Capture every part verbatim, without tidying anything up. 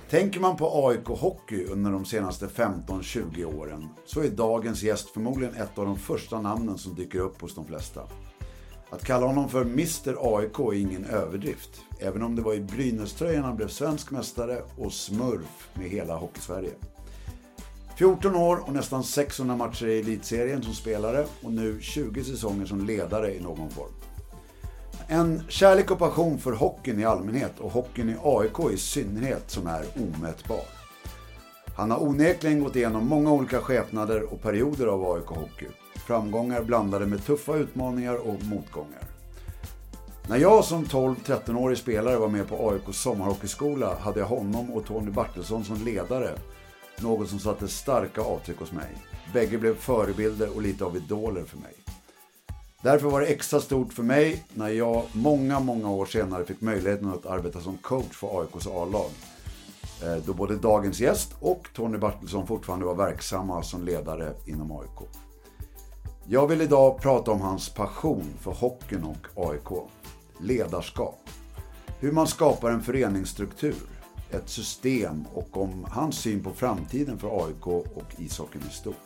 Tänker man på A I K Hockey under de senaste femton till tjugo åren så är dagens gäst förmodligen ett av de första namnen som dyker upp hos de flesta. Att kalla honom för mister A I K är ingen överdrift, även om det var i Brynäs-tröjan han blev svensk mästare och smurf med hela Hockeysverige. fjorton år och nästan sexhundra matcher i elitserien som spelare och nu tjugo säsonger som ledare i någon form. En kärlek och passion för hockeyn i allmänhet och hockeyn i A I K i synnerhet som är omätbar. Han har onekligen gått igenom många olika skepnader och perioder av A I K-hockey. Framgångar blandade med tuffa utmaningar och motgångar. När jag som tolv-tretton-årig spelare var med på A I K:s sommarhockeyskola hade jag honom och Tony Bartelsson som ledare. Något som satte starka avtryck hos mig. Bägge blev förebilder och lite av idoler för mig. Därför var det extra stort för mig när jag många, många år senare fick möjligheten att arbeta som coach för A I K:s A-lag. Då både dagens gäst och Tony Bartelsson fortfarande var verksamma som ledare inom A I K. Jag vill idag prata om hans passion för hockeyn och A I K. Ledarskap. Hur man skapar en föreningsstruktur, ett system och om hans syn på framtiden för A I K och ishockeyn i stort.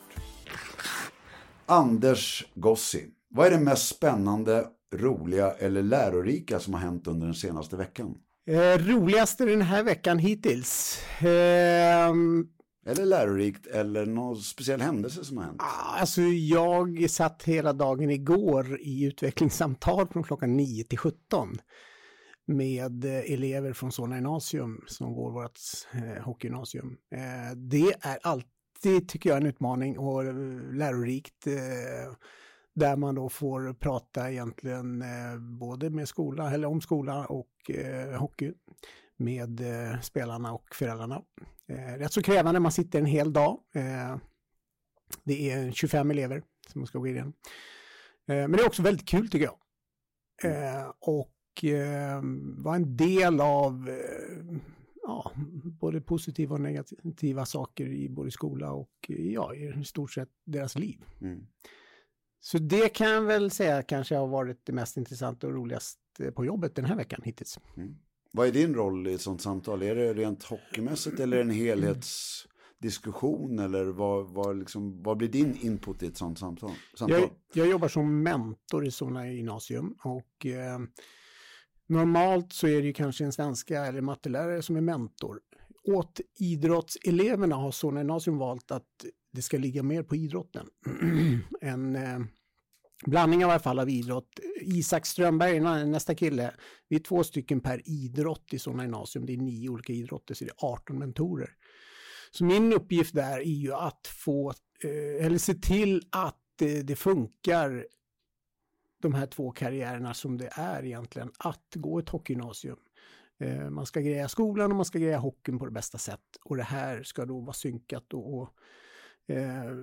Anders Gossi. Vad är det mest spännande, roliga eller lärorika som har hänt under den senaste veckan? Eh, roligaste den här veckan hittills. Eh, eller lärorikt eller någon speciell händelse som har hänt? Alltså jag satt hela dagen igår i utvecklingssamtal från klockan nio till sjutton med elever från Solna gymnasium som går vårt eh, hockeygymnasium. Eh, det är alltid, tycker jag, en utmaning och lärorikt. Eh, Där man då får prata egentligen eh, både med skola eller om skola och eh, hockey med eh, spelarna och föräldrarna. Eh, rätt så krävande, man sitter en hel dag. Eh, det är tjugofem elever som man ska gå igenom. Eh, men det är också väldigt kul tycker jag. Eh, och eh, var en del av eh, ja, både positiva och negativa saker i både skola och ja, i stort sett deras liv. Mm. Så det kan jag väl säga kanske har varit det mest intressanta och roligaste på jobbet den här veckan hittills. Mm. Vad är din roll i ett sånt samtal? Är det rent hockeymässigt eller en helhetsdiskussion? Eller vad, vad, liksom, vad blir din input i ett sånt samtal? samtal? Jag, jag jobbar som mentor i Solna gymnasium och eh, normalt så är det ju kanske en svenska eller mattelärare som är mentor. Åt idrottseleverna har Solna gymnasium valt att det ska ligga mer på idrotten. en eh, blandning av i alla fall av idrott. Isak Strömberg, nästa kille, vi är två stycken per idrott i Solna gymnasium. Det är nio olika idrotter så det är arton mentorer. Så min uppgift där är ju att få, eh, eller se till att eh, det funkar de här två karriärerna som det är egentligen. Att gå ett hockeygymnasium. Eh, man ska greja skolan och man ska greja hockeyn på det bästa sätt. Och det här ska då vara synkat och, och eh,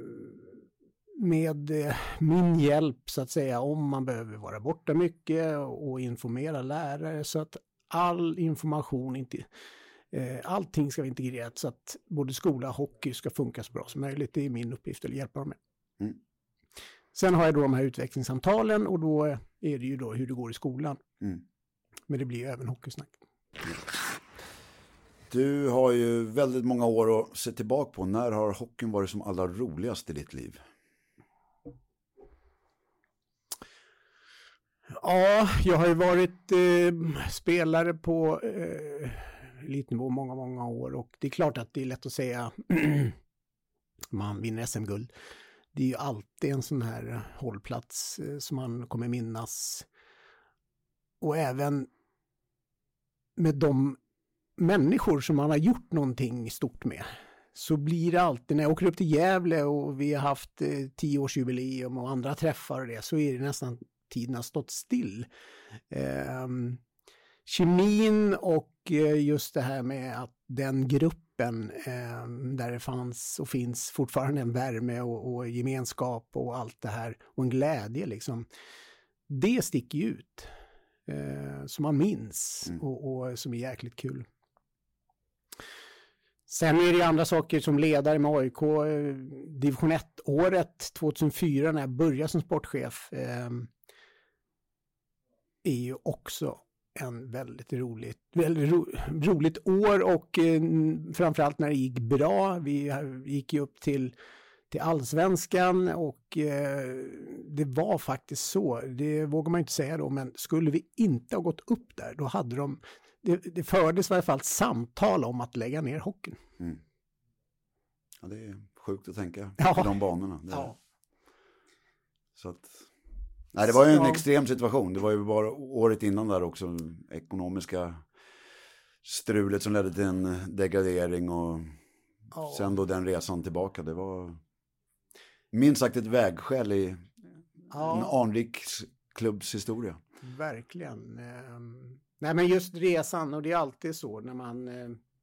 med eh, min hjälp så att säga om man behöver vara borta mycket och informera lärare så att all information inte eh, allting ska vara integrerat så att både skola och hockey ska funka så bra som möjligt. Det är min uppgift att hjälpa dem med. Mm. Sen har jag då de här utvecklingssamtalen och då är det ju då hur det går i skolan. Mm. Men det blir ju även hockeysnack. Du har ju väldigt många år att se tillbaka på. När har hockeyn varit som allra roligast i ditt liv? Ja, jag har ju varit eh, spelare på eh, elitnivå många, många år. Och det är klart att det är lätt att säga man vinner S M-guld. Det är ju alltid en sån här hållplats eh, som man kommer minnas. Och även med de människor som man har gjort någonting stort med. Så blir det alltid, när jag åker upp till Gävle och vi har haft eh, tioårsjubileum och andra träffar och det, så är det nästan tiden har stått still. Eh, kemin och eh, just det här med att den gruppen eh, där det fanns och finns fortfarande en värme och, och gemenskap och allt det här och en glädje liksom. Det sticker ju ut. Eh, som man minns mm. och, och som är jäkligt kul. Sen är det andra saker som ledare med A I K. Eh, division ett-året tjugohundrafyra när jag började som sportchef eh, är ju också en väldigt roligt, väldigt ro, roligt år och eh, framförallt när det gick bra. Vi gick ju upp till, till allsvenskan och eh, det var faktiskt så. Det vågar man inte säga då, men skulle vi inte ha gått upp där, då hade de, det, det fördes i alla fall samtal om att lägga ner hockeyn. Mm. Ja, det är sjukt att tänka ja. på de banorna. Det ja. Så att... Nej, det var ju en ja. extrem situation. Det var ju bara året innan där också, ekonomiska strulet som ledde till en degradering och ja. Sen då den resan tillbaka. Det var minst sagt ett vägskäl i ja. En anrik klubbs historia. Verkligen. Nej, men just resan, och det är alltid så när man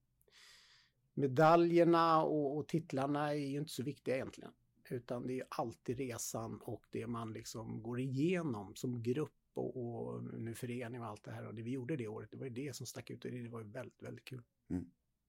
medaljerna och, och titlarna är ju inte så viktiga egentligen. Utan det är alltid resan och det man liksom går igenom som grupp och, och nu förening och allt det här. Och det vi gjorde det året, det var ju det som stack ut och det var ju väldigt, väldigt kul. Mm.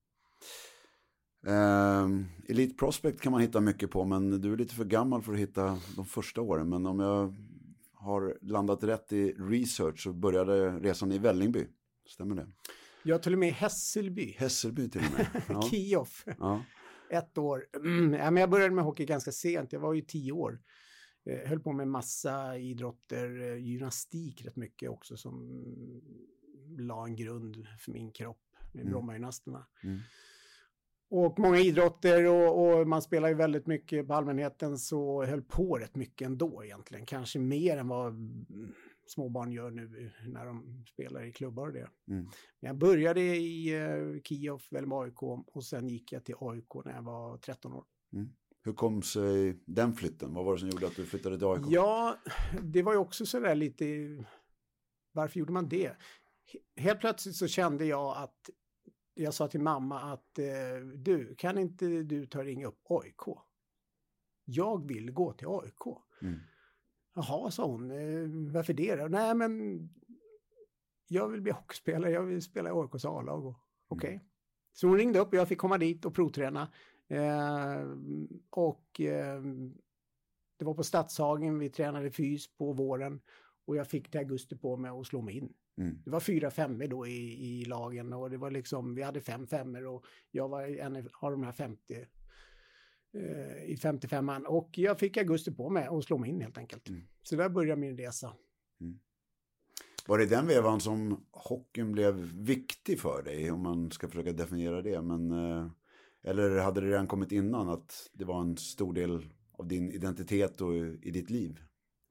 Uh, Elite Prospect kan man hitta mycket på, men du är lite för gammal för att hitta de första åren. Men om jag har landat rätt i research så började resan i Vällingby. Stämmer det? Jag till och med i Hässelby. Hässelby till och med. Ja. Kioff. Ja. Ett år. Mm, ja, men jag började med hockey ganska sent. Jag var ju tio år. Jag höll på med massa idrotter. Gymnastik rätt mycket också som la en grund för min kropp. Med mm. Brommagymnasterna. Mm. Och många idrotter och, och man spelar ju väldigt mycket på allmänheten, så höll på rätt mycket ändå egentligen. Kanske mer än vad småbarn gör nu när de spelar i klubbar och det. Mm. Jag började i uh, Kiev, väl med A I K, och sen gick jag till A I K när jag var tretton år. Mm. Hur kom sig den flytten? Vad var det som gjorde att du flyttade till A I K? Ja, det var ju också sådär lite... Varför gjorde man det? Helt plötsligt så kände jag att jag sa till mamma att eh, du, kan inte du ta och ringa upp A I K? Jag vill gå till A I K. Mm. Jaha, sa hon. Eh, varför det då? Nej, men jag vill bli hockeyspelare. Jag vill spela i A I K:s A-lag. Okej. Okay. Mm. Så hon ringde upp och jag fick komma dit och provträna. Eh, och eh, det var på Stadshagen. Vi tränade fys på våren. Och jag fick till augusti på mig att slå mig in. Mm. Det var fyra femmer då i, i lagen. Och det var liksom, vi hade fem femmer. Och jag var en av de här femtio. Eh, I femtiofemman. Och jag fick augusti på mig att slå mig in helt enkelt. Mm. Så där började min resa. Mm. Var det den vevan som hockeyn blev viktig för dig? Om man ska försöka definiera det. Men, eh, eller hade det redan kommit innan att det var en stor del av din identitet och i ditt liv?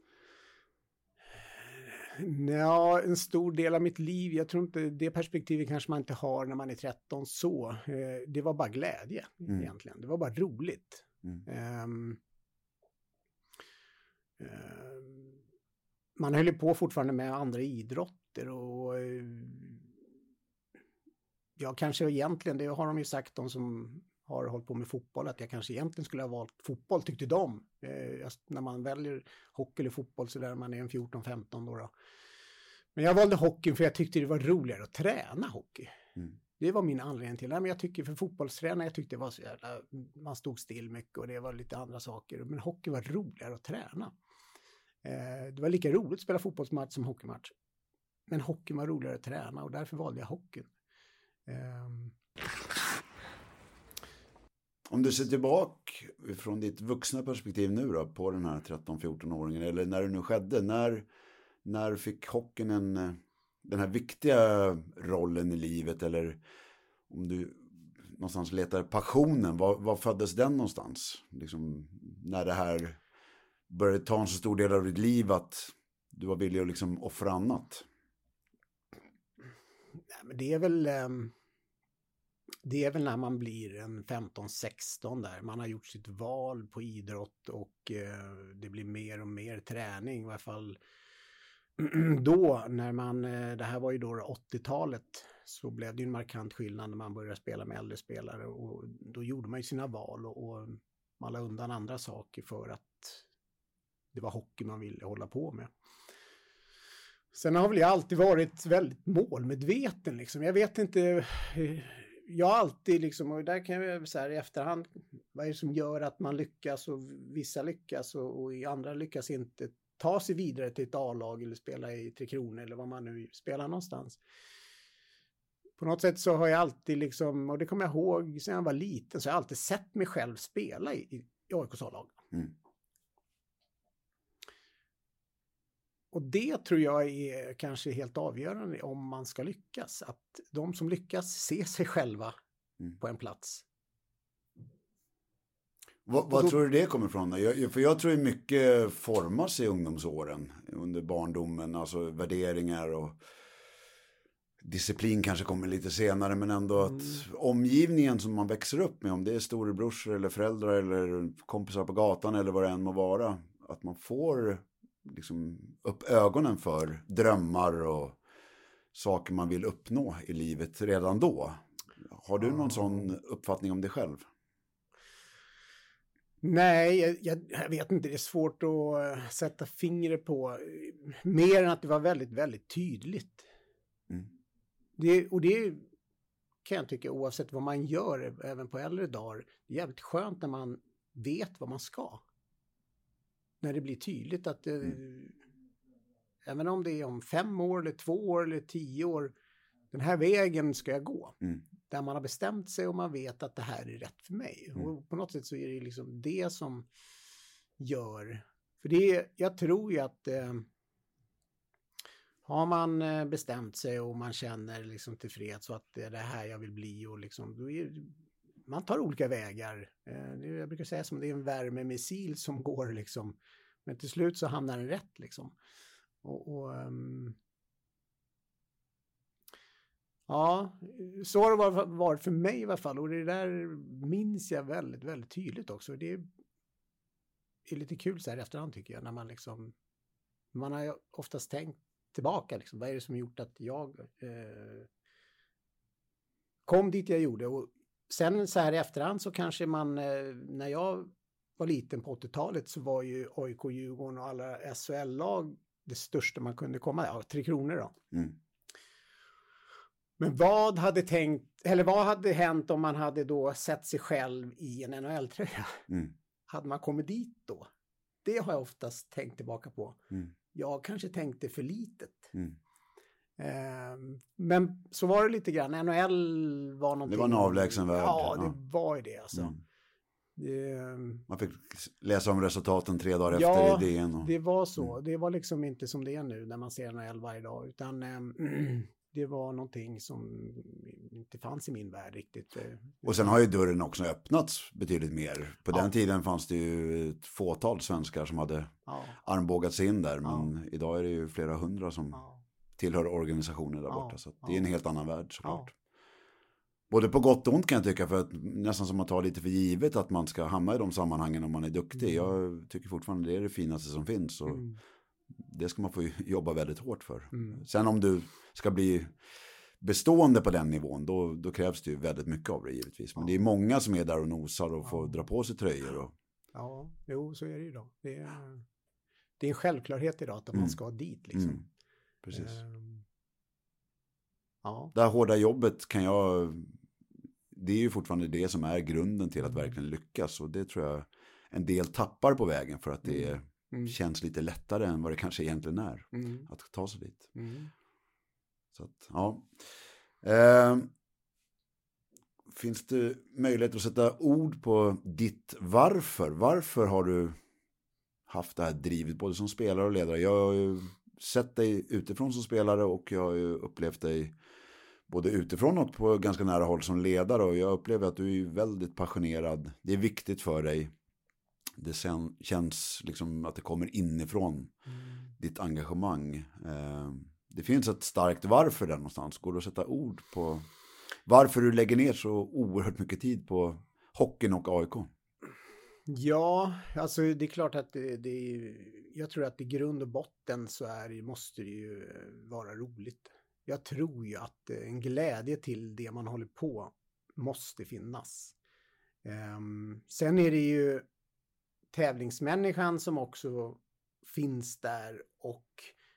Ja, en stor del av mitt liv. Jag tror inte, det perspektivet kanske man inte har när man är tretton så. Eh, det var bara glädje mm. egentligen. Det var bara roligt. Mm. Um, um, man höll på fortfarande med andra idrotter och uh, jag kanske egentligen, det har de ju sagt, de som har hållit på med fotboll, att jag kanske egentligen skulle ha valt fotboll, tyckte de. Eh, när man väljer hockey eller fotboll så där man är en fjorton femton då, då. Men jag valde hockeyn för jag tyckte det var roligare att träna hockey. Mm. Det var min anledning till det. Men jag tycker för fotbollstränare, jag tyckte det var så jävla, man stod still mycket och det var lite andra saker. Men hockey var roligare att träna. Eh, det var lika roligt att spela fotbollsmatch som hockeymatch. Men hockey var roligare att träna och därför valde jag hockeyn. Eh, Om du ser tillbaka från ditt vuxna perspektiv nu då, på den här tretton fjorton-åringen, eller när det nu skedde, när, när fick hockeyn en, den här viktiga rollen i livet, eller om du någonstans letar passionen, var, var föddes den någonstans? Liksom, när det här började ta en så stor del av ditt liv att du var villig att liksom offra annat? Nej, men det är väl... Um... Det är väl när man blir en femton sexton där. Man har gjort sitt val på idrott och eh, det blir mer och mer träning. I alla fall då när man, eh, det här var ju då åttiotalet, så blev det ju en markant skillnad när man började spela med äldre spelare. Och då gjorde man ju sina val och, och man la undan andra saker för att det var hockey man ville hålla på med. Sen har väl jag alltid varit väldigt målmedveten liksom. Jag vet inte... Eh, Jag har alltid liksom, och där kan jag så här i efterhand, vad är det som gör att man lyckas och vissa lyckas och, och i andra lyckas inte? ta sig vidare till ett A-lag eller spela i Tre Kronor eller vad man nu spelar någonstans. På något sätt så har jag alltid liksom, och det kommer jag ihåg sen jag var liten, så har jag alltid sett mig själv spela i, i A I K:s A-lag. Mm. Och det tror jag är kanske helt avgörande om man ska lyckas. Att de som lyckas se sig själva mm. på en plats. Vad, vad då, tror du det kommer ifrån? Jag, för jag tror att mycket formas i ungdomsåren. Under barndomen, alltså värderingar och disciplin kanske kommer lite senare. Men ändå att mm. omgivningen som man växer upp med, om det är storebrorsor eller föräldrar eller kompisar på gatan eller vad det än må vara. Att man får liksom upp ögonen för drömmar och saker man vill uppnå i livet redan då. Har du någon mm. sån uppfattning om dig själv? Nej, jag, jag, jag vet inte. Det är svårt att sätta fingret på. Mer än att det var väldigt, väldigt tydligt. Mm. Det, och det kan jag tycka oavsett vad man gör, även på äldre dagar. Det är jävligt skönt när man vet vad man ska. När det blir tydligt att mm. även om det är om fem år eller två år eller tio år, den här vägen ska jag gå. Mm. Där man har bestämt sig och man vet att det här är rätt för mig. Mm. Och på något sätt så är det liksom det som gör. För det, jag tror ju att eh, har man bestämt sig och man känner liksom tillfreds så att det är det här jag vill bli och liksom, då är, man tar olika vägar. Eh, jag brukar säga som det är en värmemissil som går liksom. Men till slut så hamnar den rätt liksom. Och... och um, ja, så har det varit för mig i alla fall. Och det där minns jag väldigt, väldigt tydligt också. Det är lite kul så här efterhand tycker jag. När man liksom, man har ju oftast tänkt tillbaka liksom. Vad är det som gjort att jag eh, kom dit jag gjorde? Och sen så här i efterhand så kanske man, eh, när jag var liten på åttiotalet så var ju A I K, Djurgården och alla S H L-lag det största man kunde komma. Ja, Tre Kronor då. Mm. Men vad hade tänkt, eller vad hade hänt om man hade då sett sig själv i en N H L-tröja? Mm. Hade man kommit dit då? Det har jag oftast tänkt tillbaka på. Mm. Jag kanske tänkte för litet. Mm. Um, men så var det lite grann. N H L var någonting. Det var en avlägsen värld. Ja, det ja. var ju det alltså. Mm. Det, man fick läsa om resultaten tre dagar ja, efter idén. Och... det var så. Mm. Det var liksom inte som det är nu när man ser N H L varje dag. Utan... Um, det var någonting som inte fanns i min värld riktigt. Och sen har ju dörren också öppnats betydligt mer. På ja. den tiden fanns det ju ett fåtal svenskar som hade ja. armbågats in där. Men ja. idag är det ju flera hundra som ja. tillhör organisationer där ja. borta. Så det är en helt annan värld såklart. Ja. Både på gott och ont kan jag tycka. För att nästan som att ta lite för givet att man ska hamna i de sammanhangen om man är duktig. Mm. Jag tycker fortfarande det är det finaste som finns. Och mm. det ska man få jobba väldigt hårt för. Mm. Sen om du ska bli bestående på den nivån, då, då krävs det ju väldigt mycket av det givetvis. Men ja. det är många som är där och nosar och ja. får dra på sig tröjor. Och... Ja, jo, så är det ju då. Det är, det är en självklarhet idag att mm. man ska dit liksom. Mm. Precis. Um, ja. Det här hårda jobbet kan jag... Det är ju fortfarande det som är grunden till att verkligen lyckas. Och det tror jag en del tappar på vägen för att det är... Mm. känns lite lättare än vad det kanske egentligen är mm. att ta sig dit. Mm. Så att, ja. Eh, finns det möjlighet att sätta ord på ditt varför? Varför har du haft det här drivet både som spelare och ledare? Jag har ju sett dig utifrån som spelare och jag har ju upplevt dig både utifrån och på ganska nära håll som ledare och jag upplever att du är väldigt passionerad. Det är viktigt för dig. Det sen, känns liksom att det kommer inifrån mm. ditt engagemang. Eh, det finns ett starkt varför där någonstans. Går det att sätta ord på varför du lägger ner så oerhört mycket tid på hockeyn och A I K? Ja, alltså det är klart att det, det är, jag tror att i grund och botten så är, måste det ju vara roligt. Jag tror ju att en glädje till det man håller på måste finnas. Eh, sen är det ju tävlingsmänniskan som också finns där och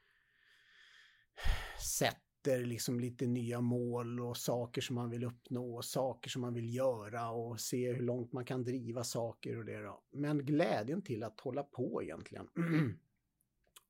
sätter liksom lite nya mål och saker som man vill uppnå och saker som man vill göra och se hur långt man kan driva saker och det då. Men glädjen till att hålla på egentligen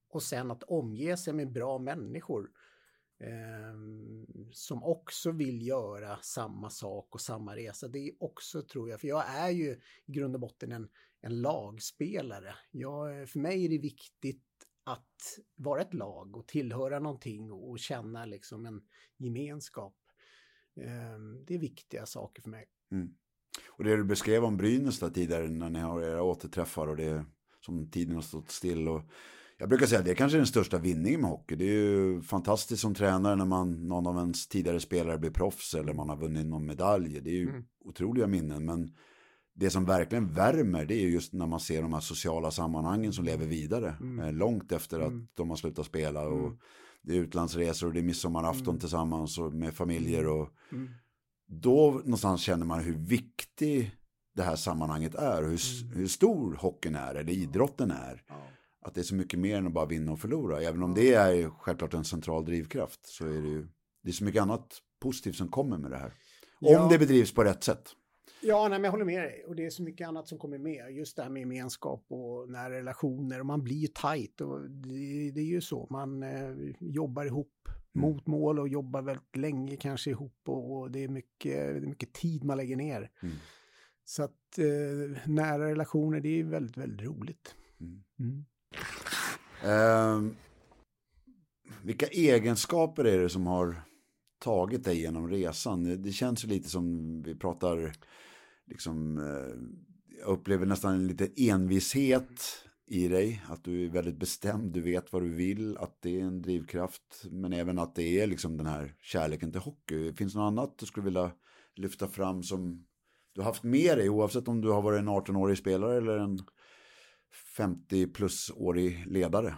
Och sen att omge sig med bra människor eh, som också vill göra samma sak och samma resa. Det är också, tror jag, för jag är ju i grund och botten en, en lagspelare. Jag, för mig är det viktigt att vara ett lag och tillhöra någonting och, och känna liksom en gemenskap. Eh, det är viktiga saker för mig. Mm. Och det du beskrev om Brynäs där tidigare när ni har era återträffar och det som tiden har stått still, och jag brukar säga att det är kanske den största vinningen med hockey. Det är ju fantastiskt som tränare när man, någon av ens tidigare spelare blir proffs eller man har vunnit någon medalj. Det är ju mm. otroliga minnen, men det som verkligen värmer, det är ju just när man ser de här sociala sammanhangen som lever vidare mm. långt efter att mm. de har slutat spela, och mm. det är utlandsresor och det är midsommarafton mm. tillsammans och med familjer, och mm. då någonstans känner man hur viktig det här sammanhanget är och hur, mm. hur stor hockeyn är eller idrotten är. Ja. Att det är så mycket mer än att bara vinna och förlora. Även om det är självklart en central drivkraft, så är det ju det är så mycket annat positivt som kommer med det här. Ja. Om det bedrivs på rätt sätt. Ja, nej, men jag håller med dig. Och det är så mycket annat som kommer med. Just det här med gemenskap och nära relationer. Och man blir ju tajt. Och det, det är ju så. Man eh, jobbar ihop mm. mot mål och jobbar väldigt länge kanske ihop. Och, och det, är mycket, det är mycket tid man lägger ner. Mm. Så att eh, nära relationer, det är väldigt, väldigt roligt. Mm. Mm. Eh, vilka egenskaper är det som har tagit dig genom resan? Det känns ju lite som vi pratar liksom, jag upplever nästan en lite envishet i dig, att du är väldigt bestämd, du vet vad du vill, att det är en drivkraft, men även att det är liksom den här kärleken till hockey. Finns det något annat du skulle vilja lyfta fram som du har haft med dig, oavsett om du har varit en arton-årig spelare eller en femtio plus-årig ledare?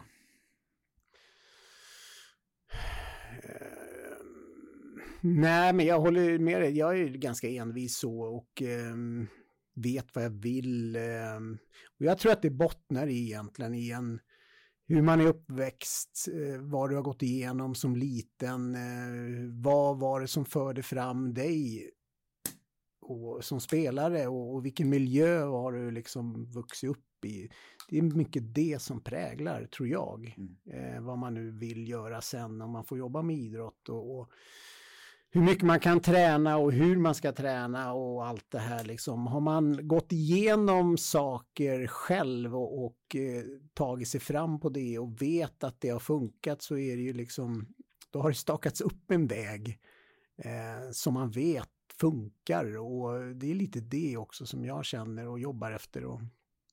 Nej, men jag håller med dig. Jag är ganska envis så och eh, vet vad jag vill. Eh, och jag tror att det bottnar i egentligen i en, hur man är uppväxt, eh, vad du har gått igenom som liten, eh, vad var det som förde fram dig och, som spelare och, och vilken miljö har du liksom vuxit upp i. Det är mycket det som präglar, tror jag, mm. eh, vad man nu vill göra sen om man får jobba med idrott och, och hur mycket man kan träna och hur man ska träna och allt det här liksom. Har man gått igenom saker själv och, och eh, tagit sig fram på det och vet att det har funkat, så är det ju liksom, då har det stakats upp en väg eh, som man vet funkar, och det är lite det också som jag känner och jobbar efter, och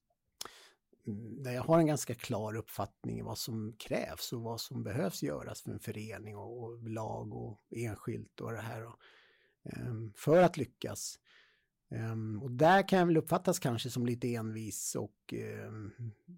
där jag har en ganska klar uppfattning vad som krävs och vad som behövs göras för en förening och, och lag och enskilt och det här och, um, för att lyckas. Um, och där kan jag väl uppfattas kanske som lite envis och um,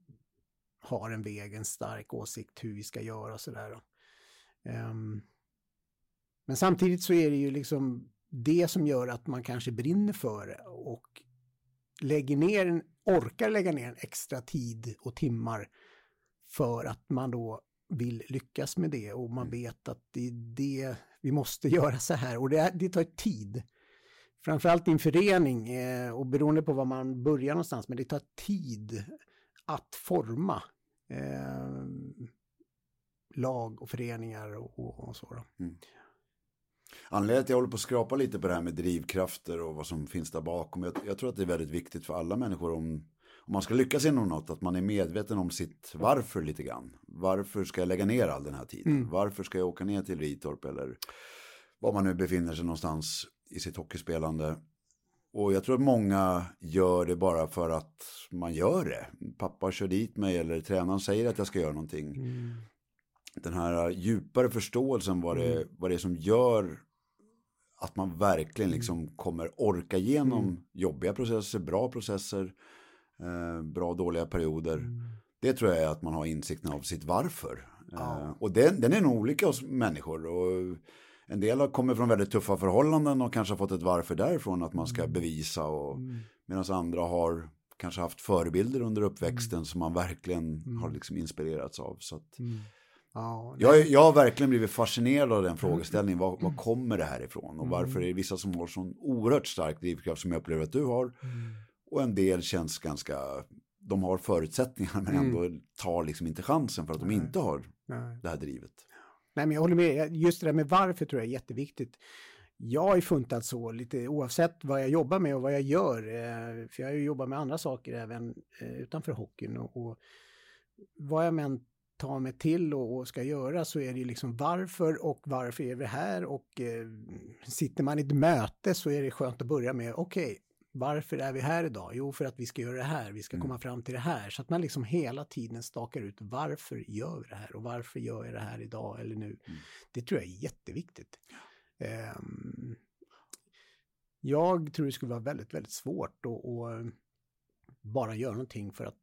har en väg, en stark åsikt hur vi ska göra och sådär. Um, men samtidigt så är det ju liksom det som gör att man kanske brinner för det och lägger ner en, orkar lägga ner en extra tid och timmar för att man då vill lyckas med det, och man vet att det är det vi måste göra så här, och det, det tar tid. Framförallt i en förening eh, och beroende på var man börjar någonstans, men det tar tid att forma eh, lag och föreningar och, och, och så då. Mm. Anledningen till att jag håller på att skrapa lite på det här med drivkrafter och vad som finns där bakom. Jag, jag tror att det är väldigt viktigt för alla människor om, om man ska lyckas inom något, att man är medveten om sitt varför lite grann. Varför ska jag lägga ner all den här tiden? Mm. Varför ska jag åka ner till Ritorp eller var man nu befinner sig någonstans i sitt hockeyspelande? Och jag tror att många gör det bara för att man gör det. Pappa kör dit mig eller tränaren säger att jag ska göra någonting. Mm. Den här djupare förståelsen vad det, mm. vad det är som gör att man verkligen liksom kommer orka igenom mm. jobbiga processer, bra processer, eh, bra och dåliga perioder. Mm. Det tror jag är att man har insikten av sitt varför. Ja. Eh, och den, den är nog olika hos människor. Och en del har kommit från väldigt tuffa förhållanden och kanske har fått ett varför därifrån att man ska bevisa. Och, mm. medan andra har kanske haft förebilder under uppväxten mm. som man verkligen mm. har liksom inspirerats av. Så att, mm. Ja, jag, jag har verkligen blivit fascinerad av den frågeställningen. Var, var kommer det här ifrån? Och varför är det vissa som har sån oerhört stark drivkraft som jag upplever att du har? Mm. Och en del känns ganska de har förutsättningar men ändå mm. tar liksom inte chansen för att de Nej. inte har Nej. det här drivet. Nej, men jag håller med. Just det där med varför tror jag är jätteviktigt. Jag har ju funtat så lite oavsett vad jag jobbar med och vad jag gör. För jag har ju jobbat med andra saker även utanför hockeyn. Och, och vad jag men tar mig till och, och ska göra så är det ju liksom varför och varför är vi här. Och eh, sitter man i ett möte så är det skönt att börja med okej. Okay, varför är vi här idag? Jo, för att vi ska göra det här. Vi ska komma fram till det här. Så att man liksom hela tiden stakar ut varför gör vi det här? Och varför gör jag det här idag eller nu? Mm. Det tror jag är jätteviktigt. Um, jag tror det skulle vara väldigt, väldigt svårt att, att bara göra någonting för att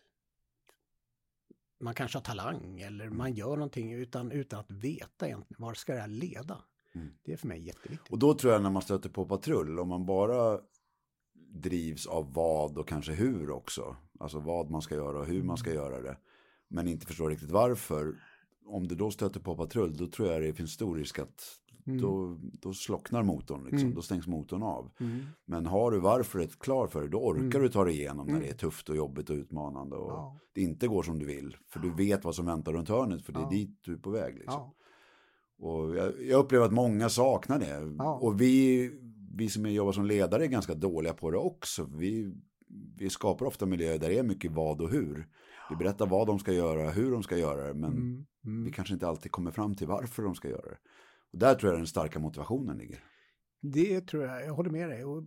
man kanske har talang eller man gör någonting utan, utan att veta egentligen var ska det här leda. Mm. Det är för mig jätteviktigt. Och då tror jag när man stöter på patrull, om man bara drivs av vad och kanske hur också. Alltså vad man ska göra och hur man ska göra det. Men inte förstår riktigt varför. Om det då stöter på patrull, då tror jag det finns stor risk att mm. då, då slocknar motorn. Liksom. Mm. Då stängs motorn av. Mm. Men har du varför ett klar för dig, då orkar mm. du ta dig igenom när mm. det är tufft och jobbigt och utmanande. Och ja. Det inte går som du vill. För du vet vad som väntar runt hörnet. För det är ja. dit du är på väg. Liksom. Ja. Och jag, jag upplever att många saknar det. Ja. Och vi... Vi som jobbar som ledare är ganska dåliga på det också. Vi, vi skapar ofta miljöer där det är mycket vad och hur. Vi berättar vad de ska göra, hur de ska göra det. Men mm, mm. vi kanske inte alltid kommer fram till varför de ska göra det. Och där tror jag den starka motivationen ligger. Det tror jag, jag håller med dig. Och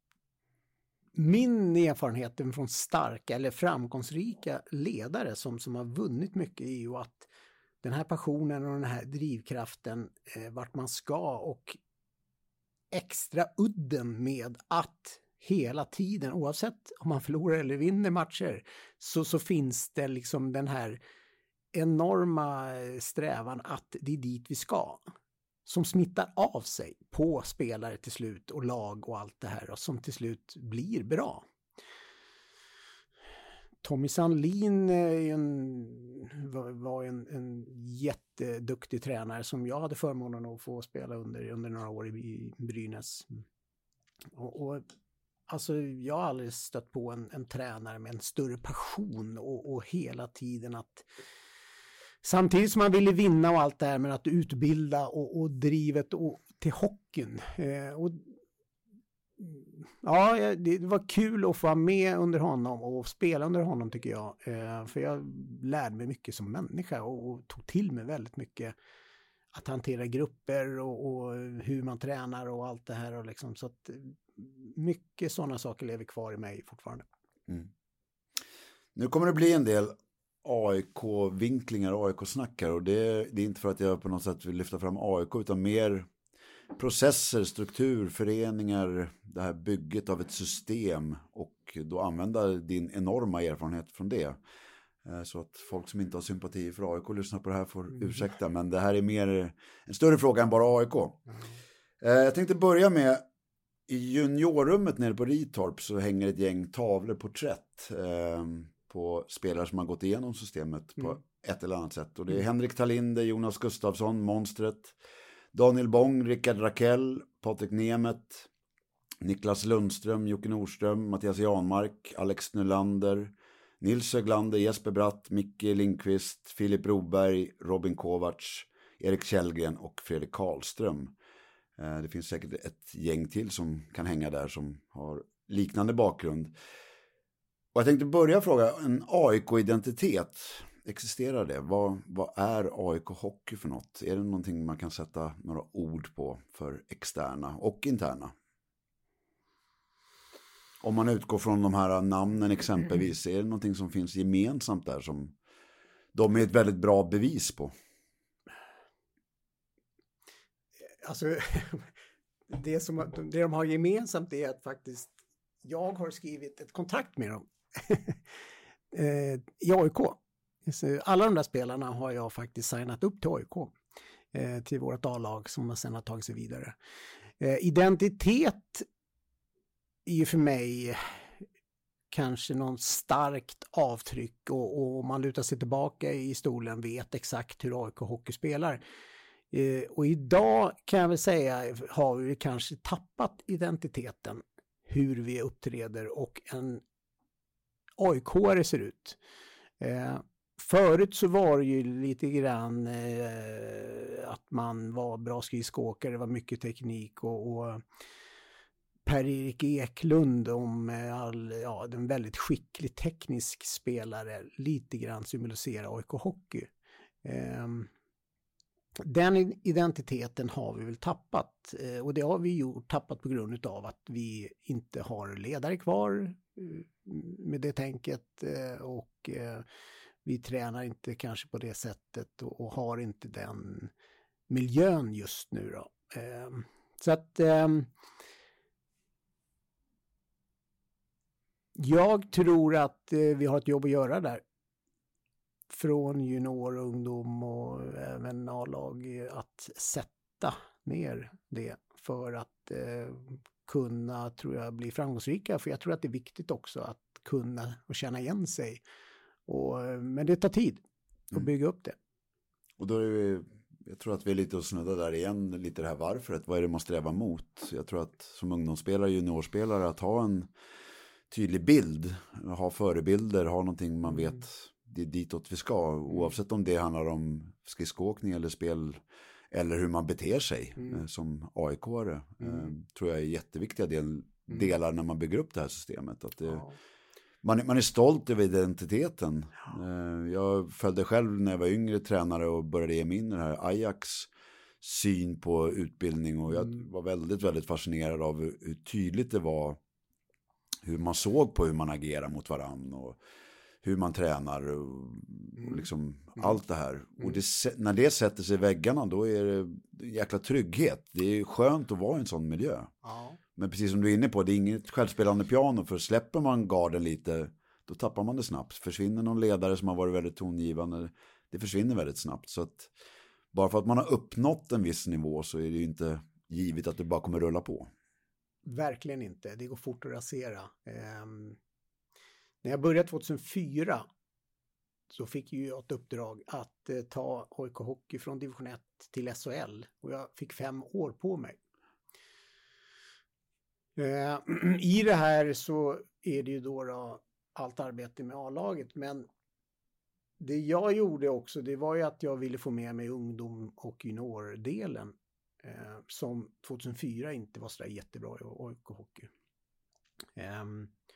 min erfarenhet från starka eller framgångsrika ledare som, som har vunnit mycket är ju att den här passionen och den här drivkraften eh, vart man ska och extra udden med att hela tiden, oavsett om man förlorar eller vinner matcher, så, så finns det liksom den här enorma strävan att det är dit vi ska. Som smittar av sig på spelare till slut och lag och allt det här och som till slut blir bra. Tommy Sandlin en, var en, en jätteduktig tränare som jag hade förmånen att få spela under, under några år i Brynäs. Och, och, alltså, jag har aldrig stött på en, en tränare med en större passion och, och hela tiden att samtidigt som man ville vinna och allt det här men att utbilda och, och drivet och, till hockeyn. Eh, och ja, det var kul att få vara med under honom och spela under honom tycker jag. För jag lärde mig mycket som människa och, och tog till mig väldigt mycket att hantera grupper och, och hur man tränar och allt det här. Och liksom, så att mycket sådana saker lever kvar i mig fortfarande. Mm. Nu kommer det bli en del A I K-vinklingar och A I K-snackar och det, det är inte för att jag på något sätt vill lyfta fram A I K utan mer processer, struktur, föreningar, det här bygget av ett system och då använda din enorma erfarenhet från det. Så att folk som inte har sympati för A I K lyssnar på det här får ursäkta, men det här är mer en större fråga än bara A I K. Jag tänkte börja med i juniorrummet nere på Ritorp så hänger ett gäng tavlor, porträtt på spelare som har gått igenom systemet på mm. ett eller annat sätt. Och det är Henrik Talinder, Jonas Gustafsson, Monstret, Daniel Bång, Rickard Rakell, Patrik Nemeth, Niklas Lundström, Jocke Nordström, Mattias Janmark, Alex Nylander, Nils Höglander, Jesper Bratt, Micke Lindqvist, Filip Roberg, Robin Kovacs, Erik Källgren och Fredrik Karlström. Det finns säkert ett gäng till som kan hänga där som har liknande bakgrund. Och jag tänkte börja fråga, en A I K-identitet, existerar det? Vad, vad är A I K-hockey för något? Är det någonting man kan sätta några ord på för externa och interna? Om man utgår från de här namnen exempelvis, är det någonting som finns gemensamt där som de är ett väldigt bra bevis på? Alltså, det, som, det de har gemensamt är att faktiskt jag har skrivit ett kontrakt med dem i A I K. Alla de där spelarna har jag faktiskt signat upp till A I K, till vårt A-lag som sedan har tagit sig vidare. Identitet är ju för mig kanske någon starkt avtryck och, och om man lutar sig tillbaka i stolen vet exakt hur A I K-hockey spelar. Eh, och idag kan jag väl säga har vi kanske tappat identiteten hur vi uppträder och en A I K-are ser ut. Eh, förut så var det ju lite grann eh, att man var bra skridskoåkare, det var mycket teknik och, och Per-Erik Eklund om all, ja, en väldigt skicklig teknisk spelare, lite grann symboliserar A I K-hockey. Eh, Den identiteten har vi väl tappat och det har vi gjort tappat på grund av att vi inte har ledare kvar med det tänket och vi tränar inte kanske på det sättet och har inte den miljön just nu då. Så att jag tror att vi har ett jobb att göra där. Från junior, ungdom och även A-lag att sätta ner det för att eh, kunna, tror jag, bli framgångsrika. För jag tror att det är viktigt också att kunna och känna igen sig. Och, men det tar tid att mm. bygga upp det. Och då är vi, jag tror att vi är lite och snudda där igen, lite det här varför. Vad är det man strävar mot? Jag tror att som ungdomsspelare, juniorspelare, att ha en tydlig bild, ha förebilder, ha någonting man vet... Mm. Det är ditåt vi ska, oavsett om det handlar om skridskoåkning eller spel eller hur man beter sig mm. som A I K-are. Mm. tror jag är jätteviktiga del, delar när man bygger upp det här systemet. Att det, ja. man, man är stolt över identiteten. Ja. Jag följde själv när jag var yngre tränare och började ge mig in i det här Ajax syn på utbildning och jag mm. var väldigt, väldigt fascinerad av hur tydligt det var hur man såg på hur man agerar mot varandra och hur man tränar och, och liksom mm. allt det här. Mm. Och det, när det sätter sig i väggarna då är det jäkla trygghet. Det är skönt att vara i en sån miljö. Ja. Men precis som du är inne på, det är inget självspelande piano för släpper man garden lite då tappar man det snabbt. Försvinner någon ledare som har varit väldigt tongivande, det försvinner väldigt snabbt. Så att bara för att man har uppnått en viss nivå så är det ju inte givet att det bara kommer rulla på. Verkligen inte. Det går fort att rasera. Um... När jag började tjugohundrafyra så fick jag ett uppdrag att eh, ta A I K-hockey från division ett till S H L och jag fick fem år på mig. Eh, I det här så är det ju då, då allt arbete med A-laget, men det jag gjorde också, det var ju att jag ville få med mig ungdom och juniordelen eh, som tjugohundrafyra inte var så där jättebra i A I K-hockey. Eh,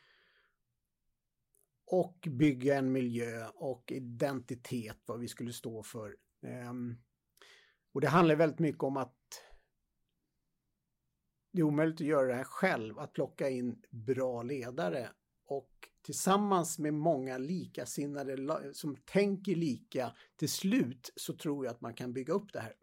Och bygga en miljö och identitet, vad vi skulle stå för. Um, och det handlar väldigt mycket om att det är omöjligt att göra det här själv. Att plocka in bra ledare. Och tillsammans med många likasinnade som tänker lika, till slut så tror jag att man kan bygga upp det här.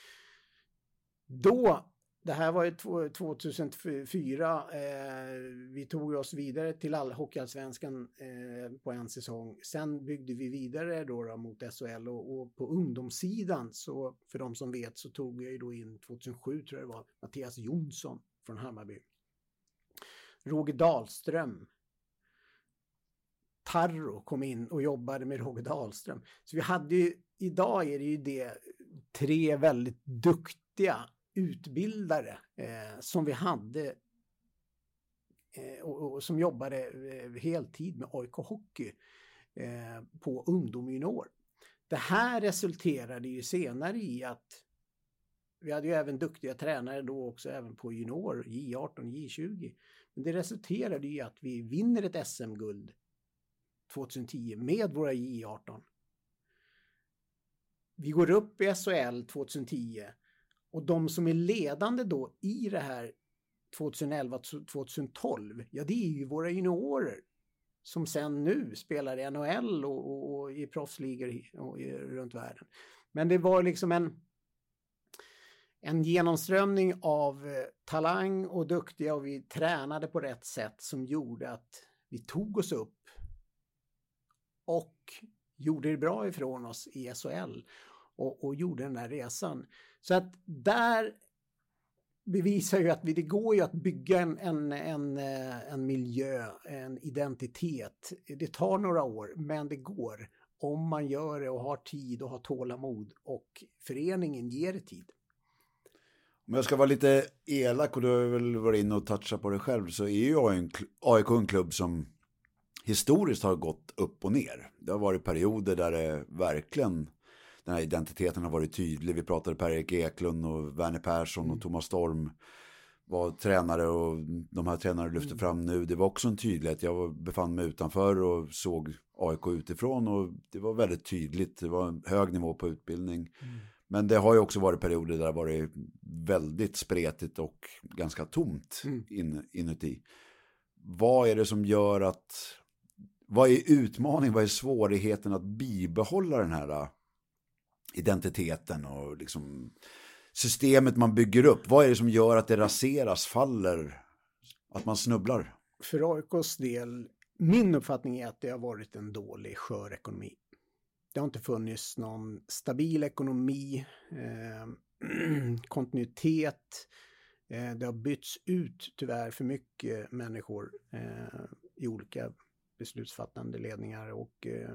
Då... Det här var ju tjugohundrafyra, eh, vi tog oss vidare till all hockeyallsvenskan eh, på en säsong. Sen byggde vi vidare då, då mot S H L och, och på ungdomssidan, så för de som vet så tog jag ju då in tjugohundrasju tror jag det var, Mattias Jonsson från Hammarby. Roger Dahlström. Tarro kom in och jobbade med Roger Dahlström. Så vi hade ju, idag är det ju det tre väldigt duktiga utbildare eh, som vi hade eh, och, och som jobbade eh, heltid med A I K-hockey eh, på ungdom och junior. Det här resulterade ju senare i att vi hade ju även duktiga tränare då också även på junior, J arton, J tjugo. Men det resulterade i att vi vinner ett S M-guld tjugohundratio med våra J arton. Vi går upp i S H L tjugohundratio. Och de som är ledande då i det här tjugoelva tjugotolv, ja det är ju våra juniorer som sen nu spelar i N H L och, och, och i proffsligor runt världen. Men det var liksom en, en genomströmning av eh, talang och duktiga och vi tränade på rätt sätt som gjorde att vi tog oss upp och gjorde det bra ifrån oss i S H L. Och, och gjorde den här resan. Så att där bevisar ju att vi, det går ju att bygga en, en, en, en miljö, en identitet. Det tar några år, men det går om man gör det och har tid och har tålamod och föreningen ger tid. Om jag ska vara lite elak och du har väl varit inne och touchat på det själv så är ju A I K en klubb som historiskt har det gått upp och ner. Det har varit perioder där det verkligen, den här identiteten har varit tydlig. Vi pratade Per-Erik Eklund och Werner Persson och Thomas Storm var tränare, och de här tränare lyfter fram nu. Det var också en tydlighet. Jag befann mig utanför och såg A I K utifrån, och det var väldigt tydligt. Det var en hög nivå på utbildning. Mm. Men det har ju också varit perioder där det har varit väldigt spretigt och ganska tomt mm. in, inuti. Vad är det som gör att, vad är utmaningen, vad är svårigheten att bibehålla den här identiteten och liksom systemet man bygger upp? Vad är det som gör att det raseras, faller, att man snubblar? För A I K:s del, min uppfattning är att det har varit en dålig skör ekonomi. Det har inte funnits någon stabil ekonomi, eh, kontinuitet. Eh, det har bytts ut tyvärr för mycket människor eh, i olika beslutsfattande ledningar, och eh,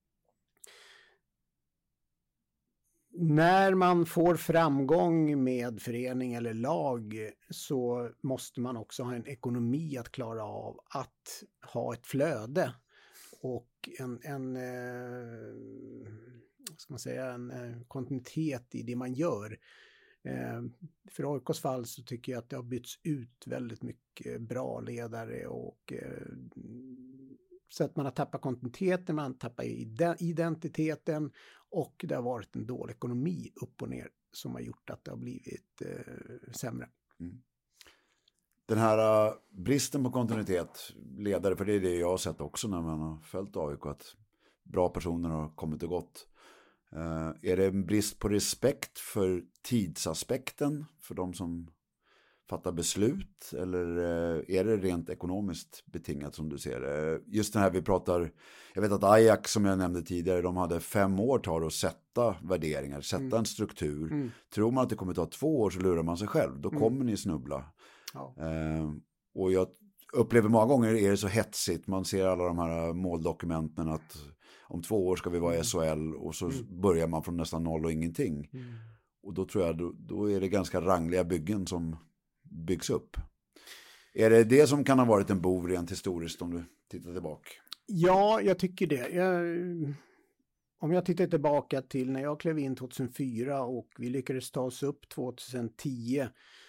när man får framgång med förening eller lag så måste man också ha en ekonomi att klara av att ha ett flöde och en, en, eh, ska man säga, en eh, kontinuitet i det man gör. Eh, för A I K:s fall så tycker jag att det har bytts ut väldigt mycket bra ledare, och eh, så att man har tappat kontinuiteten, man tappar identiteten, och det har varit en dålig ekonomi upp och ner som har gjort att det har blivit eh, sämre. Mm. Den här uh, bristen på kontinuitet, ledare, för det är det jag har sett också när man har följt A I K, att bra personer har kommit och gått. Uh, är det en brist på respekt för tidsaspekten för de som fattar beslut, eller uh, är det rent ekonomiskt betingat som du ser det? Uh, just den här vi pratar, jag vet att Ajax som jag nämnde tidigare, de hade fem år tar att sätta värderingar, sätta mm. en struktur. Mm. Tror man att det kommer ta två år så lurar man sig själv, då kommer mm. ni snubbla. Ja. Uh, och jag upplever många gånger är det så hetsigt, man ser alla de här måldokumenten att om två år ska vi vara mm. S H L, och så mm. börjar man från nästan noll och ingenting. Mm. Och då tror jag, då, då är det ganska rangliga byggen som byggs upp. Är det det som kan ha varit en bov rent historiskt om du tittar tillbaka? Ja, jag tycker det. Jag, om jag tittar tillbaka till när jag klev in tjugohundrafyra och vi lyckades ta oss upp tjugohundratio,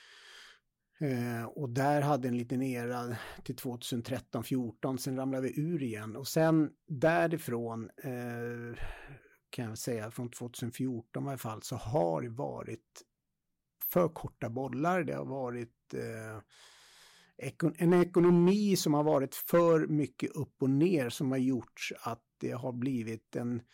Eh, och där hade en liten era till tjugotretton fjorton, sen ramlade vi ur igen, och sen därifrån eh, kan jag säga från tjugofjorton i alla fall, så har det varit för korta bollar, det har varit eh, ekon- en ekonomi som har varit för mycket upp och ner, som har gjort att det har blivit en